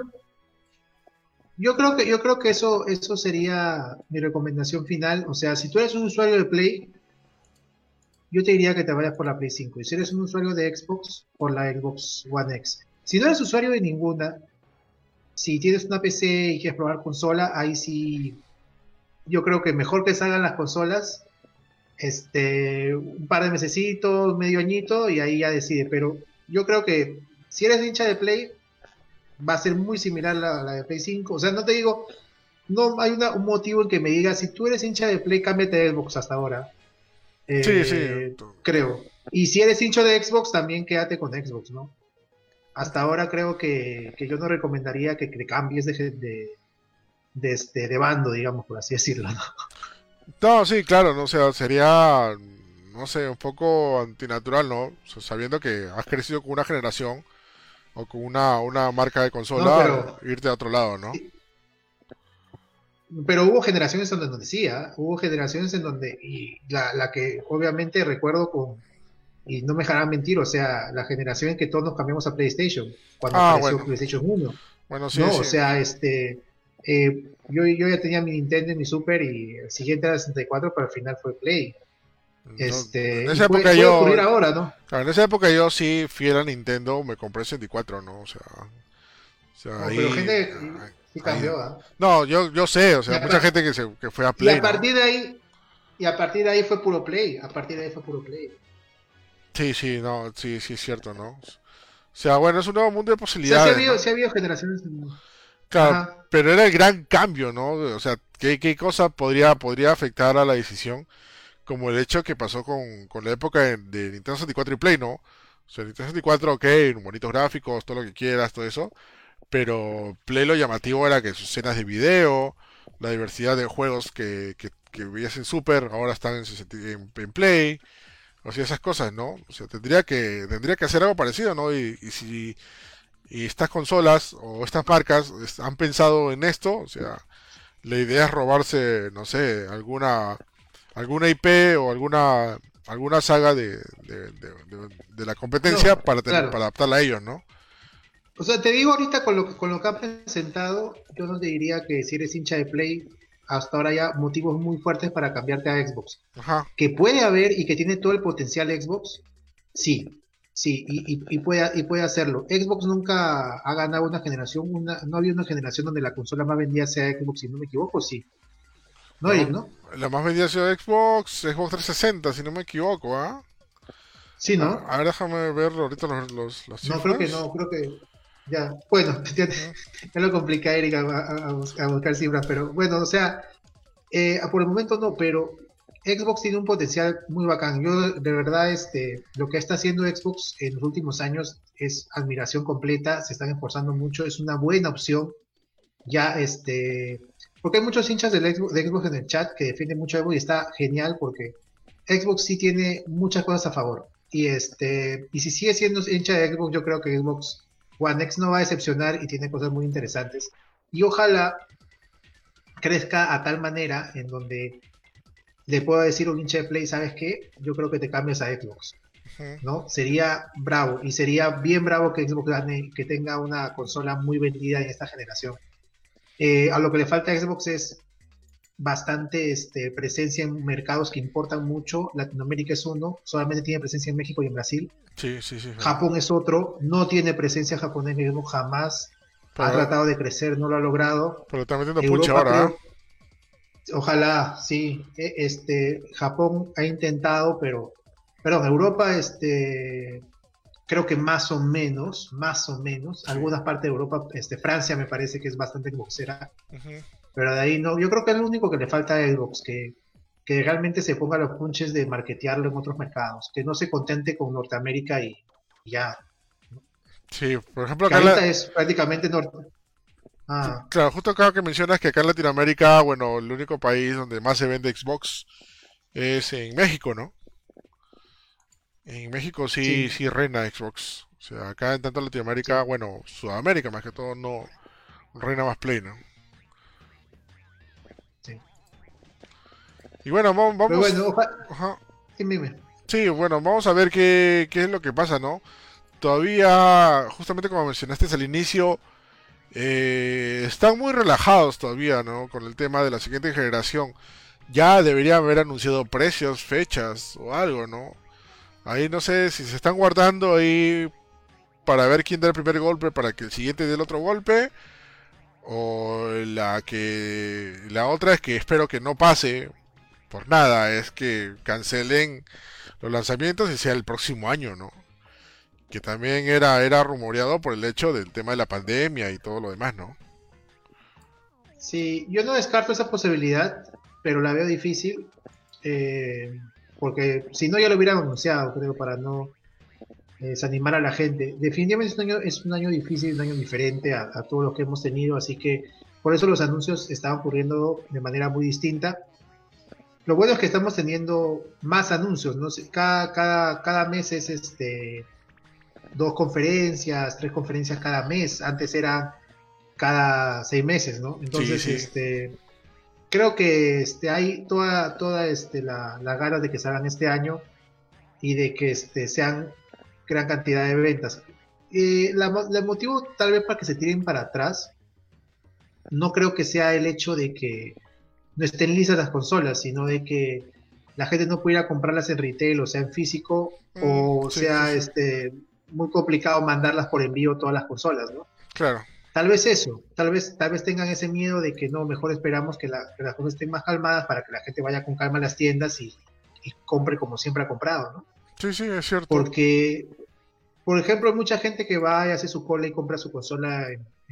Yo creo que eso sería mi recomendación final. O sea, si tú eres un usuario de Play, yo te diría que te vayas por la Play 5. Y si eres un usuario de Xbox, por la Xbox One X. Si no eres usuario de ninguna, si tienes una PC y quieres probar consola, ahí sí, yo creo que mejor que salgan las consolas, un par de mesecitos, medio añito, y ahí ya decide. Pero yo creo que si eres hincha de Play, va a ser muy similar a la de Play 5. O sea, no te digo, no hay un motivo en que me digas, si tú eres hincha de Play, cámbiate de Xbox hasta ahora. Sí. Creo. Y si eres hincha de Xbox, también quédate con Xbox, ¿no? Hasta ahora creo que yo no recomendaría que cambies de bando, digamos, por así decirlo, ¿no? No, sí, claro, no, o sea, sería, no sé, un poco antinatural, ¿no? O sea, sabiendo que has crecido con una generación o con una marca de consola, irte a otro lado, ¿no? pero hubo generaciones en donde sí, ¿ah? Hubo generaciones en donde, y la que obviamente recuerdo con, y no me dejarán mentir, o sea, la generación en que todos nos cambiamos a PlayStation, cuando apareció Bueno. PlayStation 1, Bueno, sí, ¿no? O sí. sea, yo ya tenía mi Nintendo y mi Super, y el siguiente era 64, pero al final fue Play. No, en Y esa época puede ocurrir ahora, ¿no? claro, en esa época yo sí fiel a Nintendo, me compré el 64, ¿no? O sea, No, pero ahí, gente sí ahí, cambió, ¿ah? no, yo sé, o Y sea, a, mucha par- gente que fue a y Play, a ¿no? partir de ahí, y a partir de ahí fue puro Play, a partir de ahí fue puro Play. Sí, sí, no, sí, sí es cierto, ¿no? O sea, bueno, es un nuevo mundo de O sea, posibilidades, ¿no? sí ha habido generaciones. Claro, Ajá. pero era el gran cambio, ¿no? O sea, ¿qué cosa podría afectar a la decisión? Como el hecho que pasó con la época de Nintendo 64 y Play, ¿no? O sea, Nintendo 64, ok, bonitos gráficos, todo lo que quieras, todo eso. Pero Play lo llamativo era que sus escenas de video, la diversidad de juegos que veías en Super, ahora están en Play. O sea, esas cosas, ¿no? O sea, tendría que hacer algo parecido, ¿no? Y si estas consolas o estas marcas han pensado en esto, o sea, la idea es robarse, no sé, alguna IP o alguna saga de la competencia No, para claro. adaptarla a ellos, ¿no? O sea, te digo ahorita con lo que han presentado, yo no te diría que si eres hincha de Play, hasta ahora ya motivos muy fuertes para cambiarte a Xbox. Ajá. Que puede haber y que tiene todo el potencial Xbox, sí, sí, y puede hacerlo. Xbox nunca ha ganado una generación, no había una generación donde la consola más vendida sea Xbox, si no me equivoco, sí. No, La más, Eric, ¿no? la más vendida ha sido Xbox 360, si no me equivoco, ¿ah? Sí, ¿no? A ver, déjame ver ahorita las No, creo que cifras. no, creo que ya. Bueno, Ujú. ya lo complica Eric a buscar cifras, pero bueno, o sea, por el momento no, pero Xbox tiene un potencial muy bacán. Yo, de verdad, lo que está haciendo Xbox en los últimos años es admiración completa, se están esforzando mucho, es una buena opción. Ya, porque hay muchos hinchas de Xbox en el chat que defienden mucho a Xbox y está genial porque Xbox sí tiene muchas cosas a favor. Y si sigue siendo hincha de Xbox, yo creo que Xbox One X no va a decepcionar y tiene cosas muy interesantes. Y ojalá crezca a tal manera en donde le pueda decir a un hincha de Play, ¿sabes qué? Yo creo que te cambias a Xbox, Ujú. ¿no? Sería bravo, y sería bien bravo que Xbox gane, que tenga una consola muy vendida en esta generación. A lo que le falta a Xbox es bastante presencia en mercados que importan mucho. Latinoamérica es uno, solamente tiene presencia en México y en Brasil. Sí, sí, sí, es verdad. Japón es otro, no tiene presencia japonés mismo, jamás ha Pero, tratado de crecer, no lo ha logrado. pero está metiendo punche Europa ahora, ¿ah? creo, ojalá, sí, Japón ha intentado, pero, perdón, Europa, creo que más o menos, Sí. algunas partes de Europa, Francia me parece que es bastante boxera, Ujú. pero de ahí no, yo creo que es lo único que le falta a Xbox, que realmente se ponga los punches de marketearlo en otros mercados, que no se contente con Norteamérica y ya, Sí, por ejemplo, que ahorita es prácticamente claro, justo acá que mencionas que acá en Latinoamérica, bueno, el único país donde más se vende Xbox es en México, ¿no? En México sí, sí, sí reina Xbox. O sea, acá en tanto Latinoamérica, sí, bueno, Sudamérica más que todo, no reina más Play, ¿no? sí. Y bueno, Pero vamos, bueno, ajá. dime. Sí, bueno, vamos a ver qué es lo que pasa, ¿no? Todavía, justamente como mencionaste al inicio, están muy relajados todavía, ¿no? Con el tema de la siguiente generación. Ya deberían haber anunciado precios, fechas o algo, ¿no? Ahí no sé si se están guardando ahí para ver quién da el primer golpe para que el siguiente dé el otro golpe. O la otra es que espero que no pase por nada, es que cancelen los lanzamientos y sea el próximo año, ¿no? Que también era rumoreado por el hecho del tema de la pandemia y todo lo demás, ¿no? Sí, yo no descarto esa posibilidad, pero la veo difícil, eh, porque si no ya lo hubieran anunciado, creo, para no desanimar a la gente. Definitivamente es un año difícil, un año diferente a todos los que hemos tenido, así que por eso los anuncios estaban ocurriendo de manera muy distinta. Lo bueno es que estamos teniendo más anuncios, ¿no? Cada mes es dos conferencias, tres conferencias cada mes. Antes eran cada 6 meses, ¿no? Sí, Entonces, sí. creo que hay la gana de que se hagan este año y de que sean gran cantidad de ventas. El motivo tal vez para que se tiren para atrás, no creo que sea el hecho de que no estén listas las consolas, sino de que la gente no pudiera comprarlas en retail, o sea, en físico, o Sí, sí, sea, sí. muy complicado mandarlas por envío todas las consolas, ¿no? Claro. Tal vez eso, tal vez tengan ese miedo de que no, mejor esperamos que las cosas estén más calmadas para que la gente vaya con calma a las tiendas y compre como siempre ha comprado, ¿no? Sí, sí, es cierto. Porque, por ejemplo, hay mucha gente que va y hace su cola y compra su consola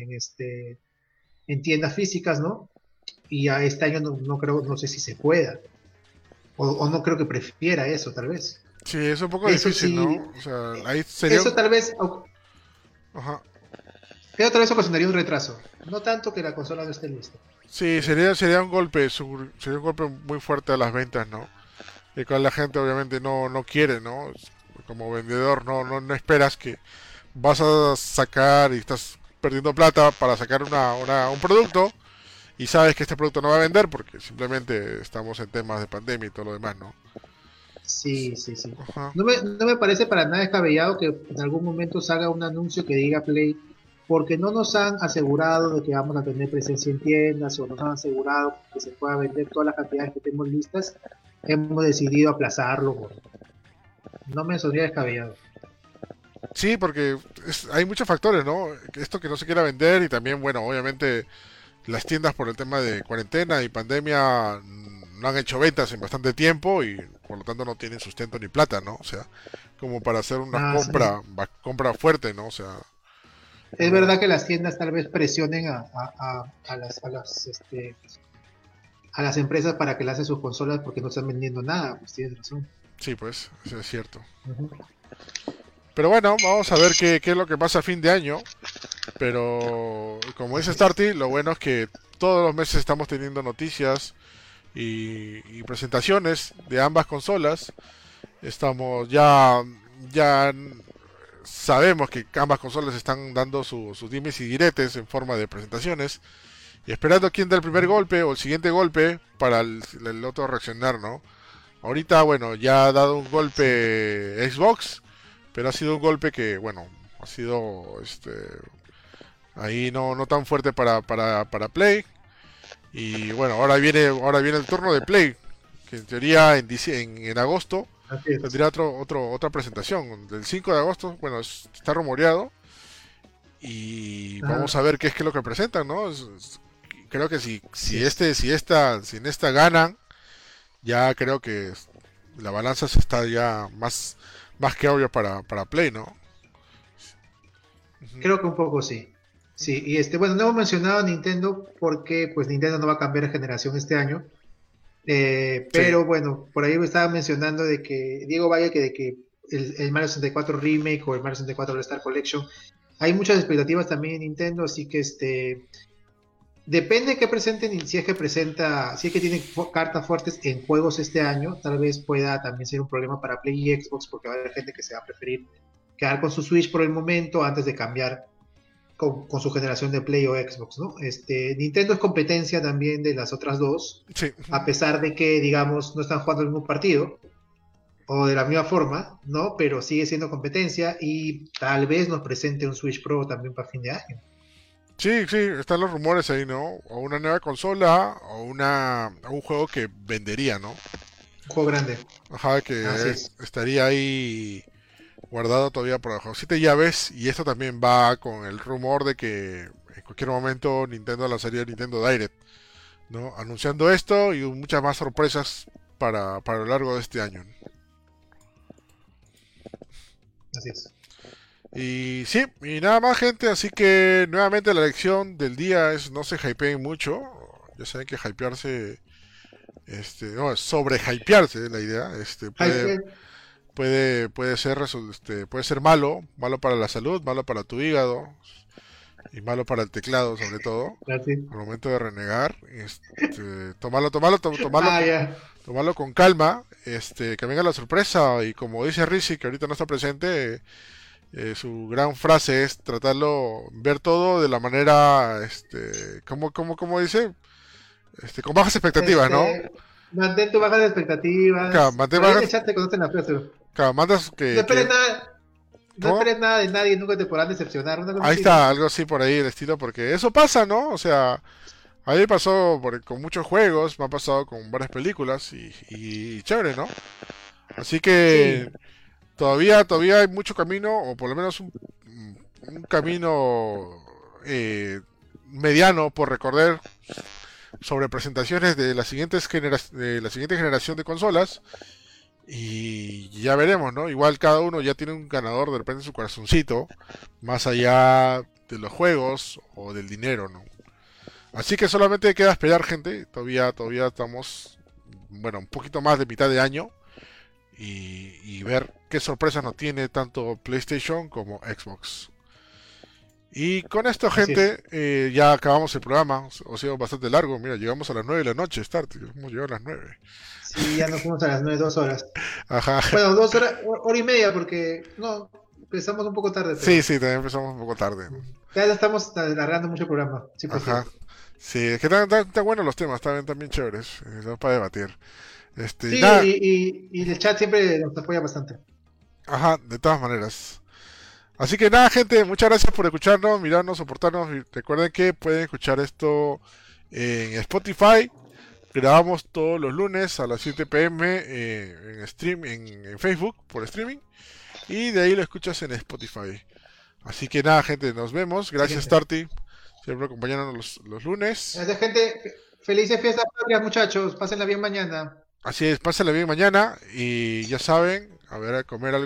en tiendas físicas, ¿no? Y a este año no creo, no sé si se pueda, o no creo que prefiera eso, tal vez. Sí, es un poco Eso difícil, sí, ¿no? O sea, ahí sería eso un... tal vez, Ajá. eso tal vez ocasionaría un retraso. No tanto que la consola no esté lista. Sí, sería un golpe, sería un golpe muy fuerte a las ventas, ¿no? Y cual la gente obviamente no quiere, ¿no? Como vendedor no esperas que vas a sacar y estás perdiendo plata para sacar un producto y sabes que este producto no va a vender porque simplemente estamos en temas de pandemia y todo lo demás, ¿no? Sí, sí, sí. Ajá. No me parece para nada descabellado que en algún momento salga un anuncio que diga Play, porque no nos han asegurado de que vamos a tener presencia en tiendas o nos han asegurado que se pueda vender todas las cantidades que tenemos listas. Hemos decidido aplazarlo. No me sonaría descabellado. Sí, porque hay muchos factores, ¿no? Esto que no se quiera vender y también, bueno, obviamente las tiendas por el tema de cuarentena y pandemia no han hecho ventas en bastante tiempo y por lo tanto no tienen sustento ni plata, ¿no? O sea, como para hacer una Ah, sí. compra fuerte, ¿no? O sea, Es no, verdad que las tiendas tal vez presionen a las empresas para que lancen sus consolas porque no están vendiendo nada, pues tienes razón. sí, pues, eso es cierto. Ujú. Pero bueno, vamos a ver qué es lo que pasa a fin de año. Pero como dice Así es. Starty, lo bueno es que todos los meses estamos teniendo noticias y presentaciones de ambas consolas. Estamos ya sabemos que ambas consolas están dando sus dimes y diretes en forma de presentaciones y esperando quién da el primer golpe o el siguiente golpe para el otro reaccionar, ¿no? Ahorita, bueno, ya ha dado un Sí. golpe Xbox, pero ha sido un golpe que, bueno, ha sido ahí no tan fuerte para Play. Y bueno, ahora viene el turno de Play, que en teoría en agosto Así es. tendría otra presentación. Del 5 de agosto, bueno, está rumoreado. Y vamos Ajá. a ver qué es lo que presentan, ¿no? Creo que Así es. si en esta ganan, ya creo que la balanza se está ya más que obvio para Play, ¿no? Ujú. Creo que un poco sí. Sí, y bueno, no hemos mencionado a Nintendo porque pues Nintendo no va a cambiar de generación este año. Sí, Pero bueno, por ahí me estaba mencionando de que Diego Valle que de que el Mario 64 Remake o el Mario 64 All Star Collection, hay muchas expectativas también en Nintendo, así que depende de qué presenten y si es que presenta, si es que tiene cartas fuertes en juegos este año, tal vez pueda también ser un problema para Play y Xbox porque va a haber gente que se va a preferir quedar con su Switch por el momento antes de cambiar con su generación de Play o Xbox, ¿no? Nintendo es competencia también de las otras dos, sí. a pesar de que, digamos, no están jugando el mismo partido o de la misma forma, ¿no? Pero sigue siendo competencia y tal vez nos presente un Switch Pro también para fin de año. Sí, sí, están los rumores ahí, ¿no? O una nueva consola o un juego que vendería, ¿no? Un juego grande, Ajá, así que es. estaría ahí guardado todavía por abajo. 7 llaves y esto también va con el rumor de que en cualquier momento Nintendo lanzaría Nintendo Direct, ¿no? Anunciando esto y muchas más sorpresas para lo largo de este año. Así es. Y sí, y nada más gente, así que nuevamente la lección del día es no se hypeen mucho. Ya saben que hypearse, no, es sobre hypearse la idea, Hyper, puede ser malo para la salud, malo para tu hígado y malo para el teclado sobre todo. así. Al momento de renegar, Ah, ya. tomarlo con calma, que venga la sorpresa y como dice Rizzi, que ahorita no está presente, su gran frase es tratarlo, ver todo de la manera, ¿cómo dice? con bajas expectativas, ¿no? Mantén tu bajas expectativas. Claro, mantén Por ahí en bajas. el chat te conocen la frase. Claro, mandas No que. esperes nada. No ¿Cómo? esperes nada de nadie, nunca te podrán decepcionar. Una cosa Ahí así, está, ¿no? algo así por ahí el estilo, porque eso pasa, ¿no? O sea, a mí me pasó con muchos juegos, me ha pasado con varias películas y chévere, ¿no? Así Sí, que todavía hay mucho camino, o por lo menos un camino mediano por recorrer sobre presentaciones de de la siguiente generación de consolas. Y ya veremos, ¿no? Igual cada uno ya tiene un ganador de repente en su corazoncito, más allá de los juegos o del dinero, ¿no? Así que solamente queda esperar, gente. Todavía estamos, bueno, un poquito más de mitad de año y ver qué sorpresas nos tiene tanto PlayStation como Xbox. Y con esto, así es. gente, ya acabamos el programa. Ha sido bastante largo. Mira, llegamos a las 9 de la noche, Start. Hemos llegado a las 9. Sí, ya nos fuimos a las 9, 2 horas. Ajá. Bueno, 2 horas, hora y media, porque no, empezamos un poco tarde, Sí, pero sí, también empezamos un poco tarde, ¿no? ya estamos alargando mucho el programa, sí, por Ajá. cierto. Sí, es que están buenos los temas, están bien chéveres. Están para debatir. Sí, Nada, y el chat siempre nos apoya bastante. ajá, de todas maneras. Así que nada, gente, muchas gracias por escucharnos, mirarnos, soportarnos. Y recuerden que pueden escuchar esto en Spotify. Grabamos todos los lunes a las 7 p.m. En Facebook por streaming. Y de ahí lo escuchas en Spotify. Así que nada, gente, nos vemos. Gracias, Excelente. Tarty, siempre acompañándonos los lunes. Gracias, gente. Felices fiestas patrias, muchachos. Pásenla bien mañana. Así es, pásenla bien mañana y ya saben, a ver, a comer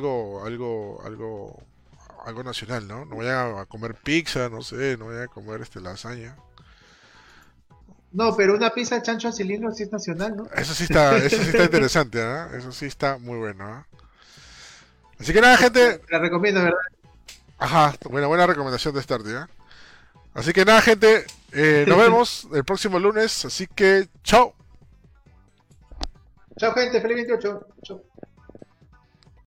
algo nacional, ¿no? No vayan a comer pizza, no sé, no vayan a comer lasaña. No, pero una pizza de chancho al cilindro sí es nacional, ¿no? Eso sí está interesante, ¿ah? Eso sí está muy bueno, ¿ah? Así que nada, gente, La recomiendo, ¿verdad? ajá, buena recomendación de Starty, ¿ah? Así que nada, gente, nos vemos el próximo lunes, así que chao. Chao, gente. Feliz 28. Chao.